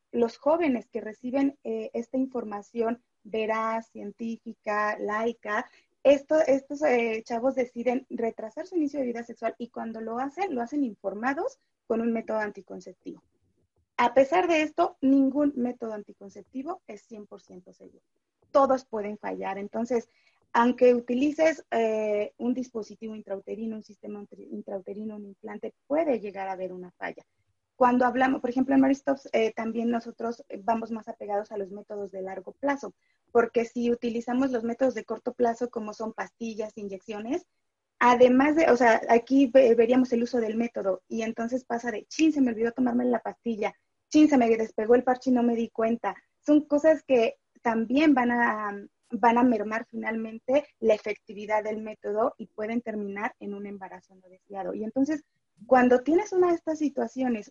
Speaker 4: los jóvenes que reciben esta información veraz, científica, laica, estos chavos deciden retrasar su inicio de vida sexual y cuando lo hacen informados con un método anticonceptivo. A pesar de esto, ningún método anticonceptivo es 100% seguro. Todos pueden fallar. Entonces, aunque utilices un dispositivo intrauterino, un sistema intrauterino, un implante, puede llegar a haber una falla. Cuando hablamos, por ejemplo, en Maristops, también nosotros vamos más apegados a los métodos de largo plazo, porque si utilizamos los métodos de corto plazo, como son pastillas, inyecciones, además de, o sea, aquí veríamos el uso del método y entonces pasa de, chin, se me olvidó tomarme la pastilla, chin, se me despegó el parche y no me di cuenta. Son cosas que también van a mermar finalmente la efectividad del método y pueden terminar en un embarazo no deseado. Y entonces, cuando tienes una de estas situaciones,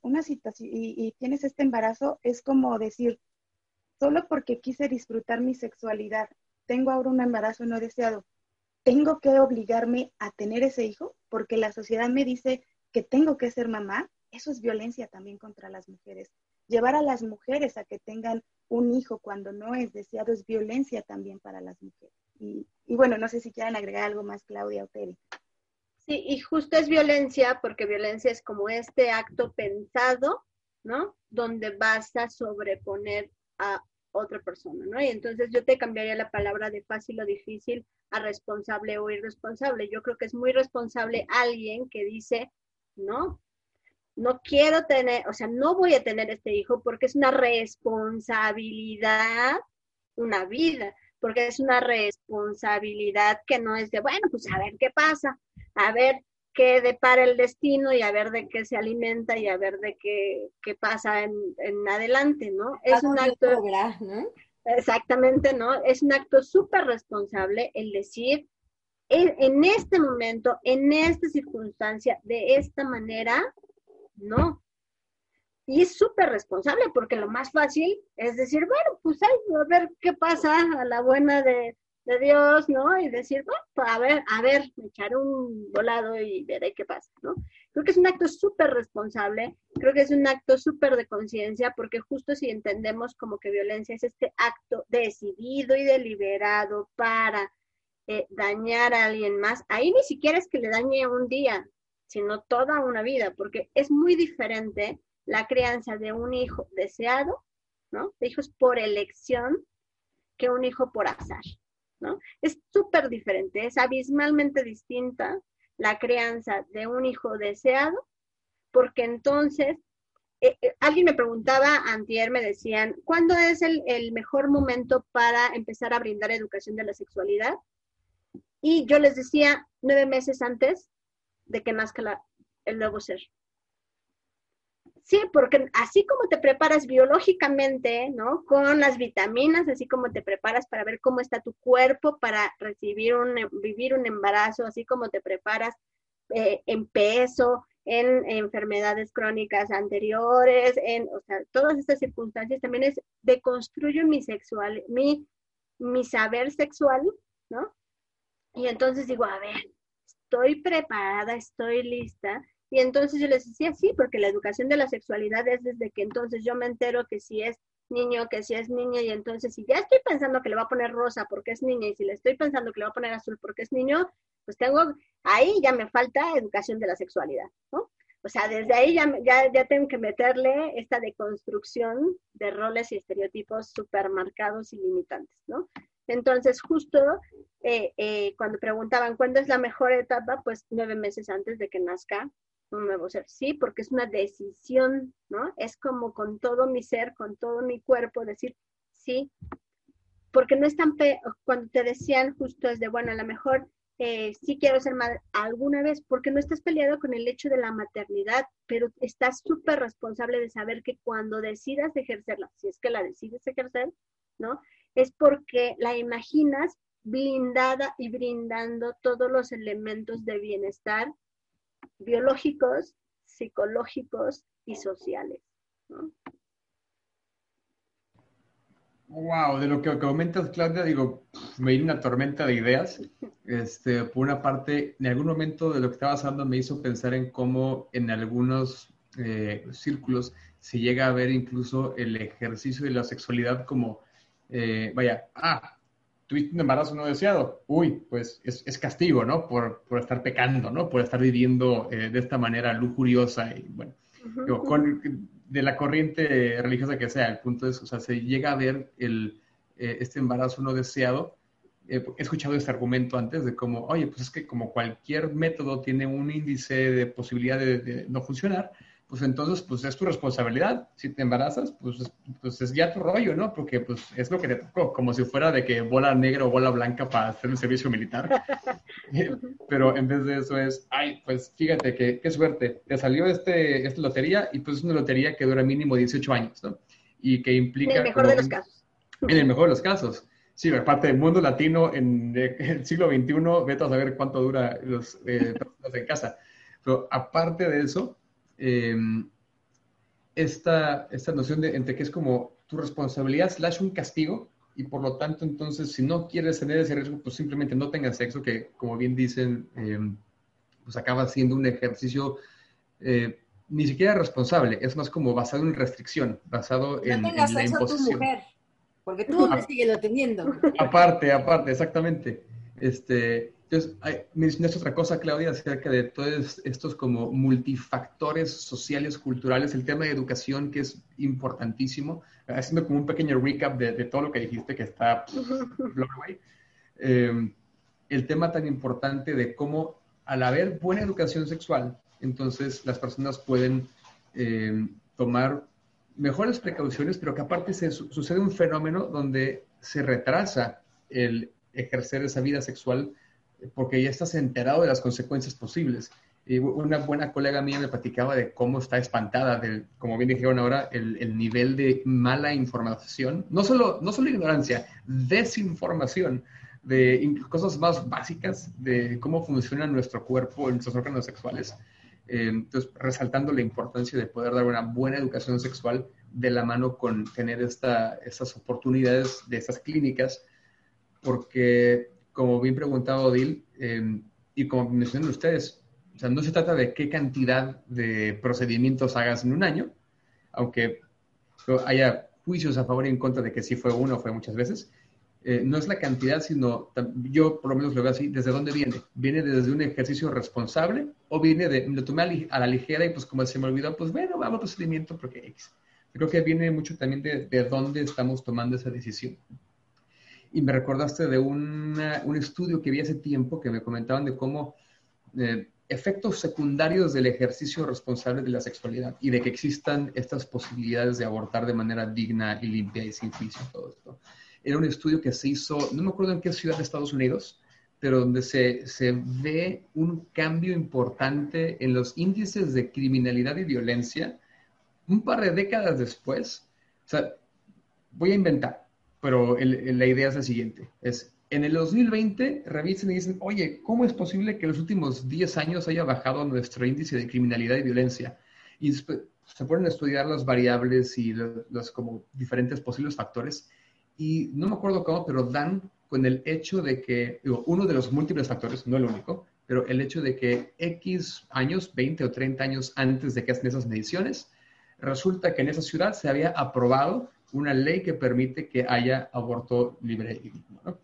Speaker 4: y tienes este embarazo, es como decir, solo porque quise disfrutar mi sexualidad, tengo ahora un embarazo no deseado, ¿tengo que obligarme a tener ese hijo? Porque la sociedad me dice que tengo que ser mamá. Eso es violencia también contra las mujeres. Llevar a las mujeres a que tengan un hijo cuando no es deseado es violencia también para las mujeres. Y bueno, no sé si quieren agregar algo más, Claudia o Tere.
Speaker 5: Sí, y justo es violencia, porque violencia es como este acto pensado, ¿no? Donde vas a sobreponer a otra persona, ¿no? Y entonces yo te cambiaría la palabra de fácil o difícil a responsable o irresponsable. Yo creo que es muy responsable alguien que dice, no quiero tener, o sea, no voy a tener este hijo porque es una responsabilidad, una vida, porque es una responsabilidad que no es de, bueno, pues a ver qué pasa, a ver qué depara el destino y a ver de qué se alimenta y a ver de qué pasa en adelante, ¿no? Es un acto,
Speaker 2: ¿no?
Speaker 5: Exactamente, ¿no? Es un acto súper responsable el decir, en este momento, en esta circunstancia, de esta manera, no. Y es súper responsable porque lo más fácil es decir, bueno, pues a ver qué pasa a la buena de Dios, ¿no? Y decir, bueno, pues a ver, me echaré un volado y veré qué pasa, ¿no? Creo que es un acto súper responsable, creo que es un acto súper de conciencia, porque justo si entendemos como que violencia es este acto decidido y deliberado para dañar a alguien más, ahí ni siquiera es que le dañe un día, sino toda una vida, porque es muy diferente la crianza de un hijo deseado, ¿no? De hijos por elección, que un hijo por azar, ¿no? Es súper diferente, es abismalmente distinta la crianza de un hijo deseado, porque entonces, alguien me preguntaba, antier me decían, ¿cuándo es el mejor momento para empezar a brindar educación de la sexualidad? Y yo les decía, 9 meses antes de que nazca el nuevo ser. Sí, porque así como te preparas biológicamente, ¿no? Con las vitaminas, así como te preparas para ver cómo está tu cuerpo para vivir un embarazo, así como te preparas en peso, en enfermedades crónicas anteriores, o sea, todas estas circunstancias también es deconstruyo mi saber sexual, ¿no? Y entonces digo, a ver, estoy preparada, estoy lista. Y entonces yo les decía, sí, porque la educación de la sexualidad es desde que entonces yo me entero que si es niño, que si es niña, y entonces si ya estoy pensando que le va a poner rosa porque es niña, y si le estoy pensando que le va a poner azul porque es niño, pues ahí ya me falta educación de la sexualidad, ¿no? O sea, desde ahí ya tengo que meterle esta deconstrucción de roles y estereotipos súper marcados y limitantes, ¿no? Entonces, justo cuando preguntaban cuándo es la mejor etapa, pues 9 meses antes de que nazca un nuevo ser. Sí, porque es una decisión, ¿no? Es como con todo mi ser, con todo mi cuerpo, decir sí, porque no es tan cuando te decían justo es de, bueno, a lo mejor sí quiero ser madre alguna vez, porque no estás peleado con el hecho de la maternidad, pero estás súper responsable de saber que cuando decidas ejercerla, si es que la decides ejercer, ¿no? Es porque la imaginas blindada y brindando todos los elementos de bienestar biológicos, psicológicos y sociales, ¿no?
Speaker 3: Wow, de lo que comentas, Claudia, digo, me vino una tormenta de ideas. Por una parte, en algún momento de lo que estabas hablando me hizo pensar en cómo en algunos círculos se llega a ver incluso el ejercicio de la sexualidad como, tuviste un embarazo no deseado, pues es castigo, ¿no? Por estar pecando, ¿no? Por estar viviendo de esta manera lujuriosa y bueno, de la corriente religiosa que sea, el punto es, o sea, se llega a ver este embarazo no deseado. He escuchado este argumento antes de como, oye, pues es que como cualquier método tiene un índice de posibilidad de no funcionar, pues entonces, pues es tu responsabilidad. Si te embarazas, pues es ya tu rollo, ¿no? Porque pues es lo que te tocó, como si fuera de que bola negra o bola blanca para hacer el servicio militar. Pero en vez de eso es, pues fíjate qué suerte, te salió esta lotería y pues es una lotería que dura mínimo 18 años, ¿no? Y que implica...
Speaker 5: En el mejor de los casos.
Speaker 3: En el mejor de los casos. Sí, aparte del mundo latino en el siglo XXI, vete a saber cuánto dura los personas en casa. Pero aparte de eso, esta noción entre que es como tu responsabilidad / un castigo, y por lo tanto, entonces, si no quieres tener ese riesgo, pues simplemente no tengas sexo, que como bien dicen, pues acaba siendo un ejercicio ni siquiera responsable, es más como basado en restricción, basado en la imposición.
Speaker 2: Tu mujer. Porque tú me sigues teniendo.
Speaker 3: Aparte, exactamente. Entonces, mencionaste otra cosa, Claudia, acerca de todos estos como multifactores sociales, culturales, el tema de educación, que es importantísimo, haciendo como un pequeño recap de todo lo que dijiste, que está blown away. El tema tan importante de cómo, al haber buena educación sexual, entonces las personas pueden tomar mejores precauciones, pero que aparte sucede un fenómeno donde se retrasa el ejercer esa vida sexual porque ya estás enterado de las consecuencias posibles. Y una buena colega mía me platicaba de cómo está espantada, como bien dijeron ahora, el nivel de mala información, no solo ignorancia, desinformación de cosas más básicas de cómo funciona nuestro cuerpo, nuestros órganos sexuales. Entonces, resaltando la importancia de poder dar una buena educación sexual de la mano con tener estas oportunidades de estas clínicas, porque, como bien preguntaba Odile, y como mencionan ustedes, o sea, no se trata de qué cantidad de procedimientos hagas en un año, aunque haya juicios a favor y en contra de que sí fue uno o fue muchas veces. No es la cantidad, sino, yo por lo menos lo veo así, ¿desde dónde viene? ¿Viene desde un ejercicio responsable o viene lo tomé a la ligera y pues como se me olvidó, pues bueno, vamos al procedimiento porque X? Creo que viene mucho también de dónde estamos tomando esa decisión. Y me recordaste de un estudio que vi hace tiempo que me comentaban de cómo efectos secundarios del ejercicio responsable de la sexualidad y de que existan estas posibilidades de abortar de manera digna y limpia y sin juicio y todo esto. Era un estudio que se hizo, no me acuerdo en qué ciudad de Estados Unidos, pero donde se ve un cambio importante en los índices de criminalidad y violencia un par de décadas después. O sea, voy a inventar, pero la idea es la siguiente. En el 2020 revisen y dicen, oye, ¿cómo es posible que en los últimos 10 años haya bajado nuestro índice de criminalidad y violencia? Y después se ponen a estudiar las variables y los como diferentes posibles factores. Y no me acuerdo cómo, pero dan con el hecho de que, uno de los múltiples factores, no el único, pero el hecho de que X años, 20 o 30 años antes de que hacen esas mediciones, resulta que en esa ciudad se había aprobado una ley que permite que haya aborto libre y digno, ¿no?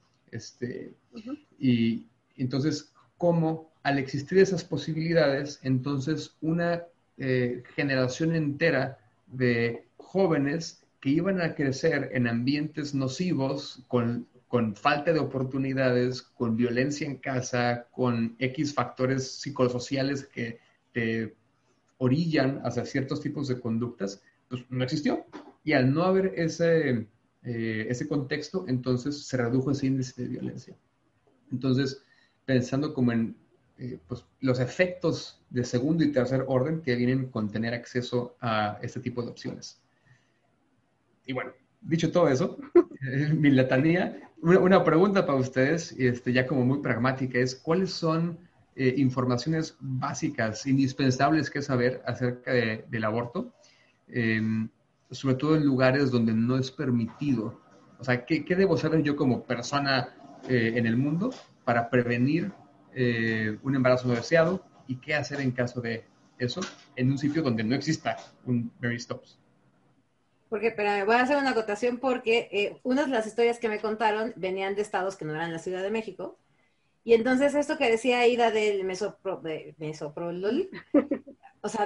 Speaker 3: Y entonces, ¿cómo al existir esas posibilidades, entonces una generación entera de jóvenes que iban a crecer en ambientes nocivos, con falta de oportunidades, con violencia en casa, con X factores psicosociales que te orillan hacia ciertos tipos de conductas, pues no existió. Y al no haber ese contexto, entonces se redujo ese índice de violencia. Entonces, pensando como en pues, los efectos de segundo y tercer orden que vienen con tener acceso a este tipo de opciones. Y bueno, dicho todo eso, mi letanía, una pregunta para ustedes, ya como muy pragmática, es ¿cuáles son informaciones básicas, indispensables que saber acerca del aborto? Sobre todo en lugares donde no es permitido. O sea, ¿qué debo saber yo como persona en el mundo para prevenir un embarazo no deseado? ¿Y qué hacer en caso de eso en un sitio donde no exista un Mary Stops?
Speaker 2: Pero me voy a hacer una acotación porque unas de las historias que me contaron venían de estados que no eran la Ciudad de México. Y entonces esto que decía Aida del mesoprolol, o sea,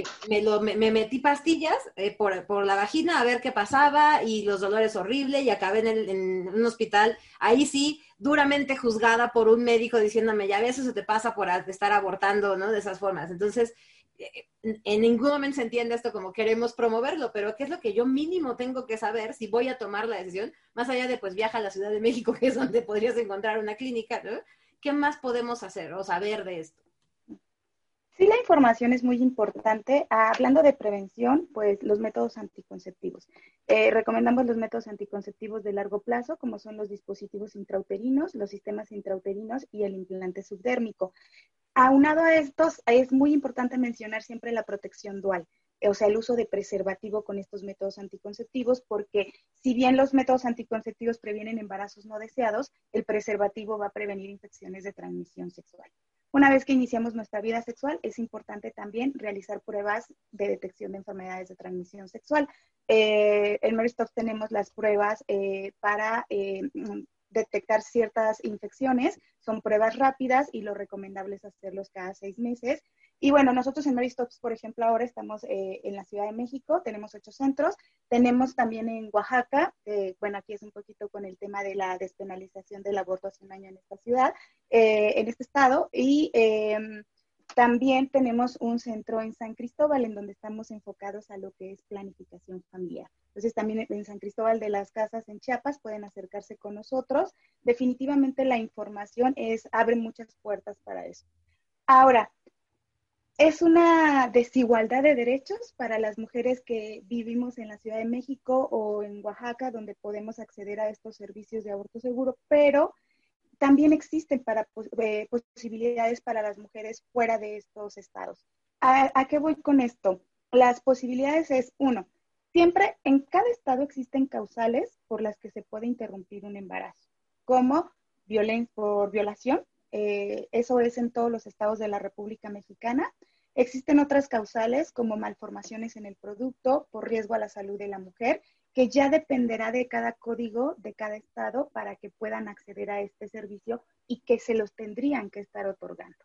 Speaker 2: me metí pastillas por la vagina a ver qué pasaba y los dolores horribles y acabé en un hospital, ahí sí, duramente juzgada por un médico diciéndome, ya ves, eso se te pasa por estar abortando, ¿no? De esas formas. Entonces, en ningún momento se entiende esto como queremos promoverlo, pero ¿qué es lo que yo mínimo tengo que saber si voy a tomar la decisión? Más allá de, pues, viaja a la Ciudad de México, que es donde podrías encontrar una clínica, ¿no? ¿Qué más podemos hacer o saber de esto?
Speaker 4: Sí, la información es muy importante. Hablando de prevención, pues los métodos anticonceptivos. Recomendamos los métodos anticonceptivos de largo plazo, como son los dispositivos intrauterinos, los sistemas intrauterinos y el implante subdérmico. Aunado a estos, es muy importante mencionar siempre la protección dual, o sea, el uso de preservativo con estos métodos anticonceptivos, porque si bien los métodos anticonceptivos previenen embarazos no deseados, el preservativo va a prevenir infecciones de transmisión sexual. Una vez que iniciamos nuestra vida sexual, es importante también realizar pruebas de detección de enfermedades de transmisión sexual. En Mary Stopes tenemos las pruebas para detectar ciertas infecciones, son pruebas rápidas y lo recomendable es hacerlos cada 6 meses. Y bueno, nosotros en Mary Stopes, por ejemplo, ahora estamos en la Ciudad de México, tenemos 8 centros, tenemos también en Oaxaca, bueno, aquí es un poquito con el tema de la despenalización del aborto hace un año en esta ciudad, en este estado, y también tenemos un centro en San Cristóbal en donde estamos enfocados a lo que es planificación familiar. Entonces también en San Cristóbal de las Casas en Chiapas pueden acercarse con nosotros. Definitivamente la información abre muchas puertas para eso. Ahora, es una desigualdad de derechos para las mujeres que vivimos en la Ciudad de México o en Oaxaca, donde podemos acceder a estos servicios de aborto seguro, pero también existen posibilidades para las mujeres fuera de estos estados. ¿A qué voy con esto? Las posibilidades es, uno, siempre en cada estado existen causales por las que se puede interrumpir un embarazo, como por violación, eso es en todos los estados de la República Mexicana. Existen otras causales como malformaciones en el producto por riesgo a la salud de la mujer, que ya dependerá de cada código de cada estado para que puedan acceder a este servicio y que se los tendrían que estar otorgando.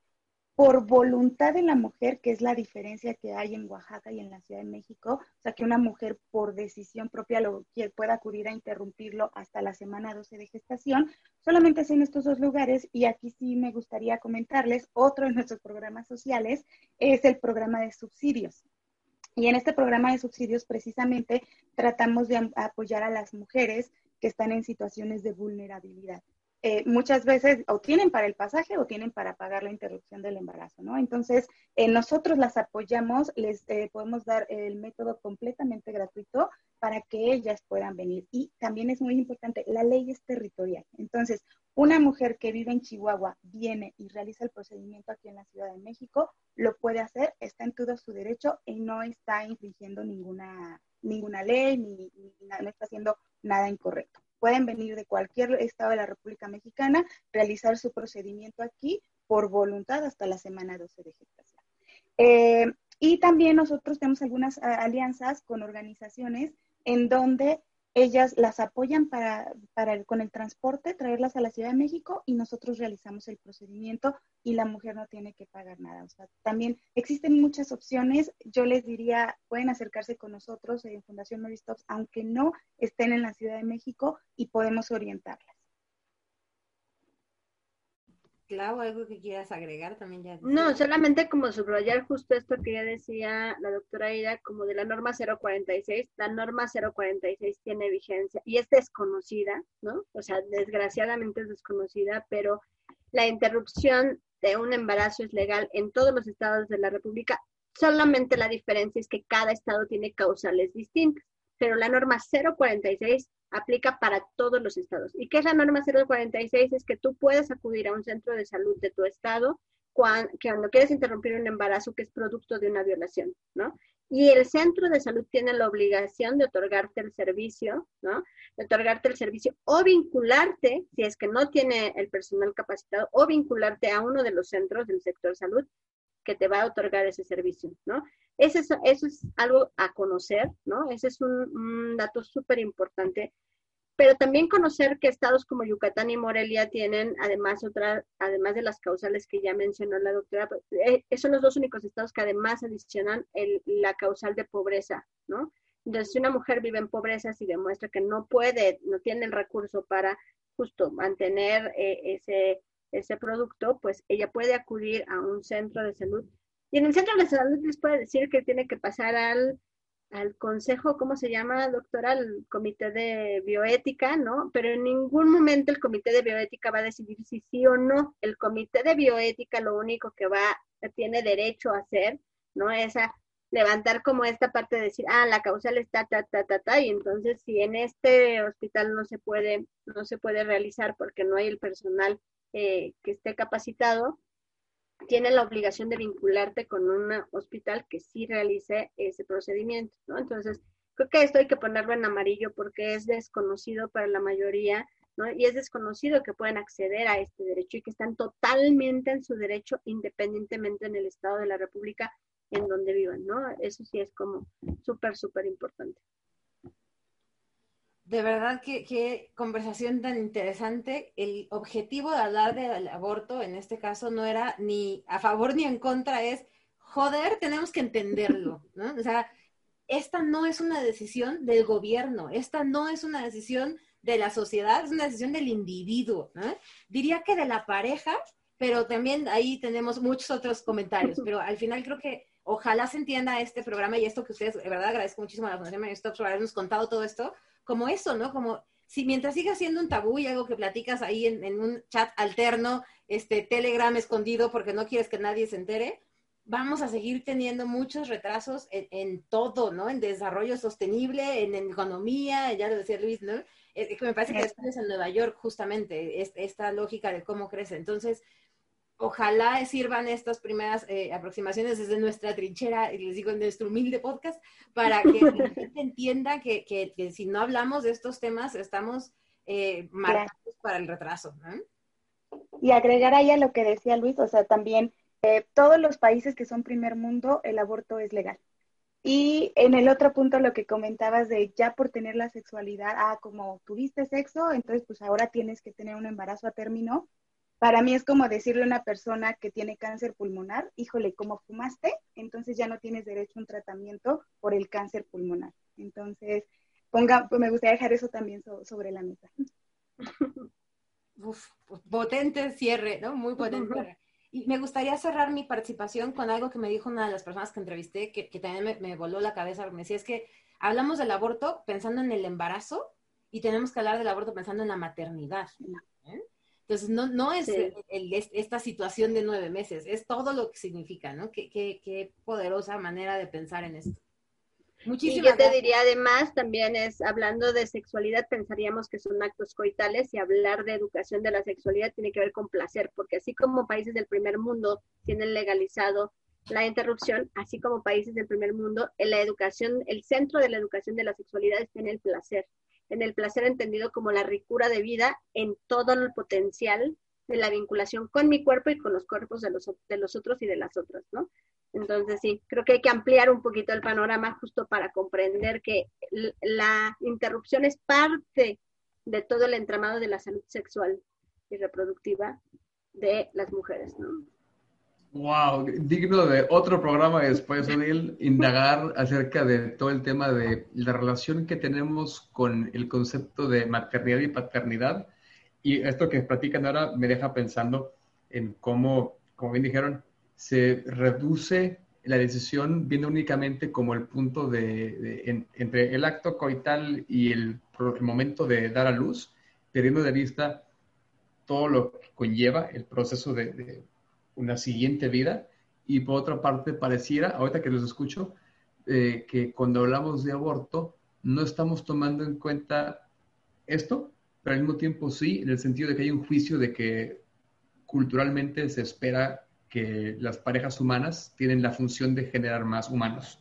Speaker 4: Por voluntad de la mujer, que es la diferencia que hay en Oaxaca y en la Ciudad de México, o sea, que una mujer por decisión propia pueda acudir a interrumpirlo hasta la semana 12 de gestación, solamente es en estos 2 lugares, y aquí sí me gustaría comentarles, otro de nuestros programas sociales es el programa de subsidios. Y en este programa de subsidios precisamente tratamos de apoyar a las mujeres que están en situaciones de vulnerabilidad. Muchas veces o tienen para el pasaje o tienen para pagar la interrupción del embarazo, ¿no? Entonces, nosotros las apoyamos, les podemos dar el método completamente gratuito para que ellas puedan venir. Y también es muy importante, la ley es territorial. Entonces, una mujer que vive en Chihuahua viene y realiza el procedimiento aquí en la Ciudad de México, lo puede hacer, está en todo su derecho y no está infringiendo ninguna ley ni no está haciendo nada incorrecto. Pueden venir de cualquier estado de la República Mexicana, realizar su procedimiento aquí por voluntad hasta la semana 12 de gestación. Y también nosotros tenemos algunas alianzas con organizaciones en donde ellas las apoyan con el transporte, traerlas a la Ciudad de México y nosotros realizamos el procedimiento y la mujer no tiene que pagar nada. O sea, también existen muchas opciones. Yo les diría, pueden acercarse con nosotros en Fundación Mary Stopes, aunque no estén en la Ciudad de México, y podemos orientarlas.
Speaker 2: Clau, ¿algo que quieras agregar también ya?
Speaker 5: No, solamente como subrayar justo esto que ya decía la doctora Aida, como de la norma 046, la norma 046 tiene vigencia y es desconocida, ¿no? O sea, desgraciadamente es desconocida, pero la interrupción de un embarazo es legal en todos los estados de la República, solamente la diferencia es que cada estado tiene causales distintas, pero la norma 046 aplica para todos los estados. ¿Y qué es la norma 046? Es que tú puedes acudir a un centro de salud de tu estado cuando quieres interrumpir un embarazo que es producto de una violación, ¿no? Y el centro de salud tiene la obligación de otorgarte el servicio, ¿no? De otorgarte el servicio o vincularte, si es que no tiene el personal capacitado, o vincularte a uno de los centros del sector salud que te va a otorgar ese servicio, ¿no? Eso es algo a conocer, ¿no? Ese es un dato súper importante. Pero también conocer que estados como Yucatán y Morelia tienen además de las causales que ya mencionó la doctora, son los dos únicos estados que además adicionan la causal de pobreza, ¿no? Entonces, si una mujer vive en pobreza, si demuestra que no tiene el recurso para justo mantener ese producto, pues ella puede acudir a un centro de salud. Y en el centro de salud les puede decir que tiene que pasar al consejo, ¿cómo se llama, doctora? Al comité de bioética, ¿no? Pero en ningún momento el comité de bioética va a decidir si sí o no. El comité de bioética lo único que tiene derecho a hacer, ¿no? Es a levantar como esta parte de decir, la causal está y entonces si en este hospital no se puede realizar porque no hay el personal que esté capacitado, tiene la obligación de vincularte con un hospital que sí realice ese procedimiento, ¿no? Entonces, creo que esto hay que ponerlo en amarillo porque es desconocido para la mayoría, ¿no? Y es desconocido que puedan acceder a este derecho y que están totalmente en su derecho independientemente en el estado de la República en donde vivan, ¿no? Eso sí es como súper, súper importante.
Speaker 2: De verdad, qué conversación tan interesante. El objetivo de hablar del aborto, en este caso, no era ni a favor ni en contra, es, joder, tenemos que entenderlo, ¿no? O sea, esta no es una decisión del gobierno, esta no es una decisión de la sociedad, es una decisión del individuo, ¿no? Diría que de la pareja, pero también ahí tenemos muchos otros comentarios, pero al final creo que ojalá se entienda este programa y esto que ustedes, de verdad, agradezco muchísimo a la Fundación Mary Stopes por habernos contado todo esto, como eso, ¿no? Como si mientras siga siendo un tabú y algo que platicas ahí en un chat alterno, Telegram escondido porque no quieres que nadie se entere, vamos a seguir teniendo muchos retrasos en todo, ¿no? En desarrollo sostenible, en economía, ya lo decía Luis, ¿no? Me parece que es en Nueva York justamente esta lógica de cómo crece. Entonces, ojalá sirvan estas primeras aproximaciones desde nuestra trinchera, y les digo, en nuestro humilde podcast, para que la gente entienda que si no hablamos de estos temas, estamos marcados para el retraso, ¿no?
Speaker 4: Y agregar ahí a lo que decía Luis, o sea, también todos los países que son primer mundo, el aborto es legal. Y en el otro punto, lo que comentabas de ya por tener la sexualidad, como tuviste sexo, entonces pues ahora tienes que tener un embarazo a término. Para mí es como decirle a una persona que tiene cáncer pulmonar, híjole, como fumaste, entonces ya no tienes derecho a un tratamiento por el cáncer pulmonar. Entonces, me gustaría dejar eso también sobre la mesa.
Speaker 2: Uf, potente cierre, ¿no? Muy potente cierre. Y me gustaría cerrar mi participación con algo que me dijo una de las personas que entrevisté, que también me voló la cabeza. Me decía, es que hablamos del aborto pensando en el embarazo y tenemos que hablar del aborto pensando en la maternidad, ¿eh? Entonces, no es esta situación de 9 meses, es todo lo que significa, ¿no? Qué poderosa manera de pensar en esto.
Speaker 5: Muchísimas gracias. Diría además, también hablando de sexualidad, pensaríamos que son actos coitales, y hablar de educación de la sexualidad tiene que ver con placer, porque así como países del primer mundo tienen legalizado la interrupción, así como países del primer mundo, en la educación, el centro de la educación de la sexualidad está en el placer entendido como la ricura de vida en todo el potencial de la vinculación con mi cuerpo y con los cuerpos de los otros y de las otras, ¿no? Entonces sí, creo que hay que ampliar un poquito el panorama justo para comprender que la interrupción es parte de todo el entramado de la salud sexual y reproductiva de las mujeres, ¿no?
Speaker 3: Wow, digno de otro programa después, Odil, indagar acerca de todo el tema de la relación que tenemos con el concepto de maternidad y paternidad. Y esto que platican ahora me deja pensando en cómo, como bien dijeron, se reduce la decisión viendo únicamente como el punto entre el acto coital y el momento de dar a luz, perdiendo de vista todo lo que conlleva el proceso de una siguiente vida. Y por otra parte, pareciera, ahorita que los escucho, que cuando hablamos de aborto no estamos tomando en cuenta esto, pero al mismo tiempo sí, en el sentido de que hay un juicio de que culturalmente se espera que las parejas humanas tienen la función de generar más humanos.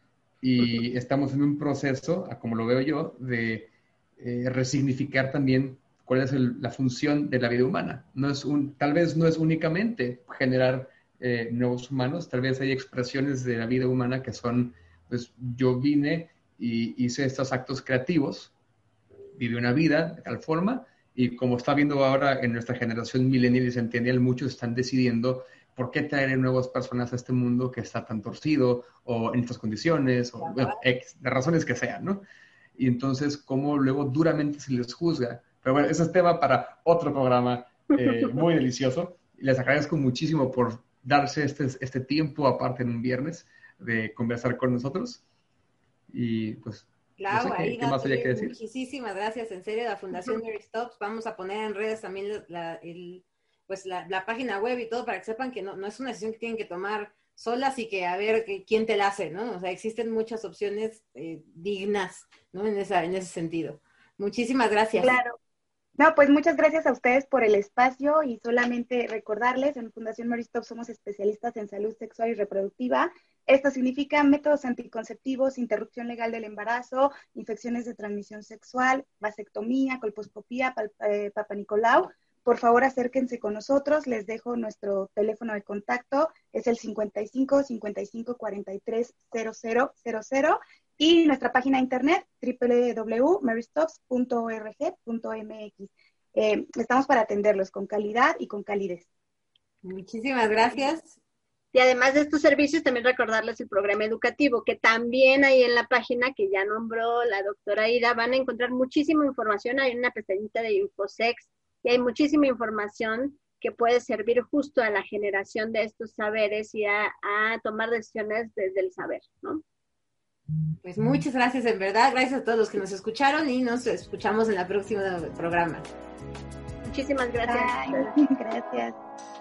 Speaker 3: Y estamos en un proceso, como lo veo yo, de resignificar también cuál es la función de la vida humana. Tal vez no es únicamente generar nuevos humanos. Tal vez hay expresiones de la vida humana que son, pues yo vine y hice estos actos creativos, viví una vida de tal forma, y como está viendo ahora en nuestra generación millennial y centennial, muchos están decidiendo por qué traer nuevas personas a este mundo que está tan torcido, o en estas condiciones, o bueno, de razones que sean, ¿no? Y entonces, cómo luego duramente se les juzga. Pero bueno, ese es tema para otro programa muy delicioso. Les agradezco muchísimo por darse este tiempo, aparte en un viernes, de conversar con nosotros. Y pues,
Speaker 2: Claro,
Speaker 3: no sé qué más haya que decir.
Speaker 2: Muchísimas gracias, en serio, la Fundación Mary Stopes. Vamos a poner en redes también la página web y todo para que sepan que no es una decisión que tienen que tomar solas y que a ver quién te la hace, ¿no? O sea, existen muchas opciones dignas, ¿no? En ese sentido. Muchísimas gracias.
Speaker 4: Claro. No, pues muchas gracias a ustedes por el espacio, y solamente recordarles, en Fundación Mary Stopes somos especialistas en salud sexual y reproductiva. Esto significa métodos anticonceptivos, interrupción legal del embarazo, infecciones de transmisión sexual, vasectomía, colposcopía, Papa Nicolau. Por favor, acérquense con nosotros. Les dejo nuestro teléfono de contacto, es el 55 55 43 0000. Y nuestra página de internet, www.marystopes.org.mx. Estamos para atenderlos con calidad y con calidez.
Speaker 2: Muchísimas gracias.
Speaker 5: Y además de estos servicios, también recordarles el programa educativo, que también ahí en la página que ya nombró la doctora Ida, van a encontrar muchísima información. Hay una pestañita de Infosex y hay muchísima información que puede servir justo a la generación de estos saberes y a tomar decisiones desde el saber, ¿no?
Speaker 2: Pues muchas gracias, en verdad. Gracias a todos los que nos escucharon y nos escuchamos en el próximo programa.
Speaker 5: Muchísimas gracias.
Speaker 4: Bye. Gracias.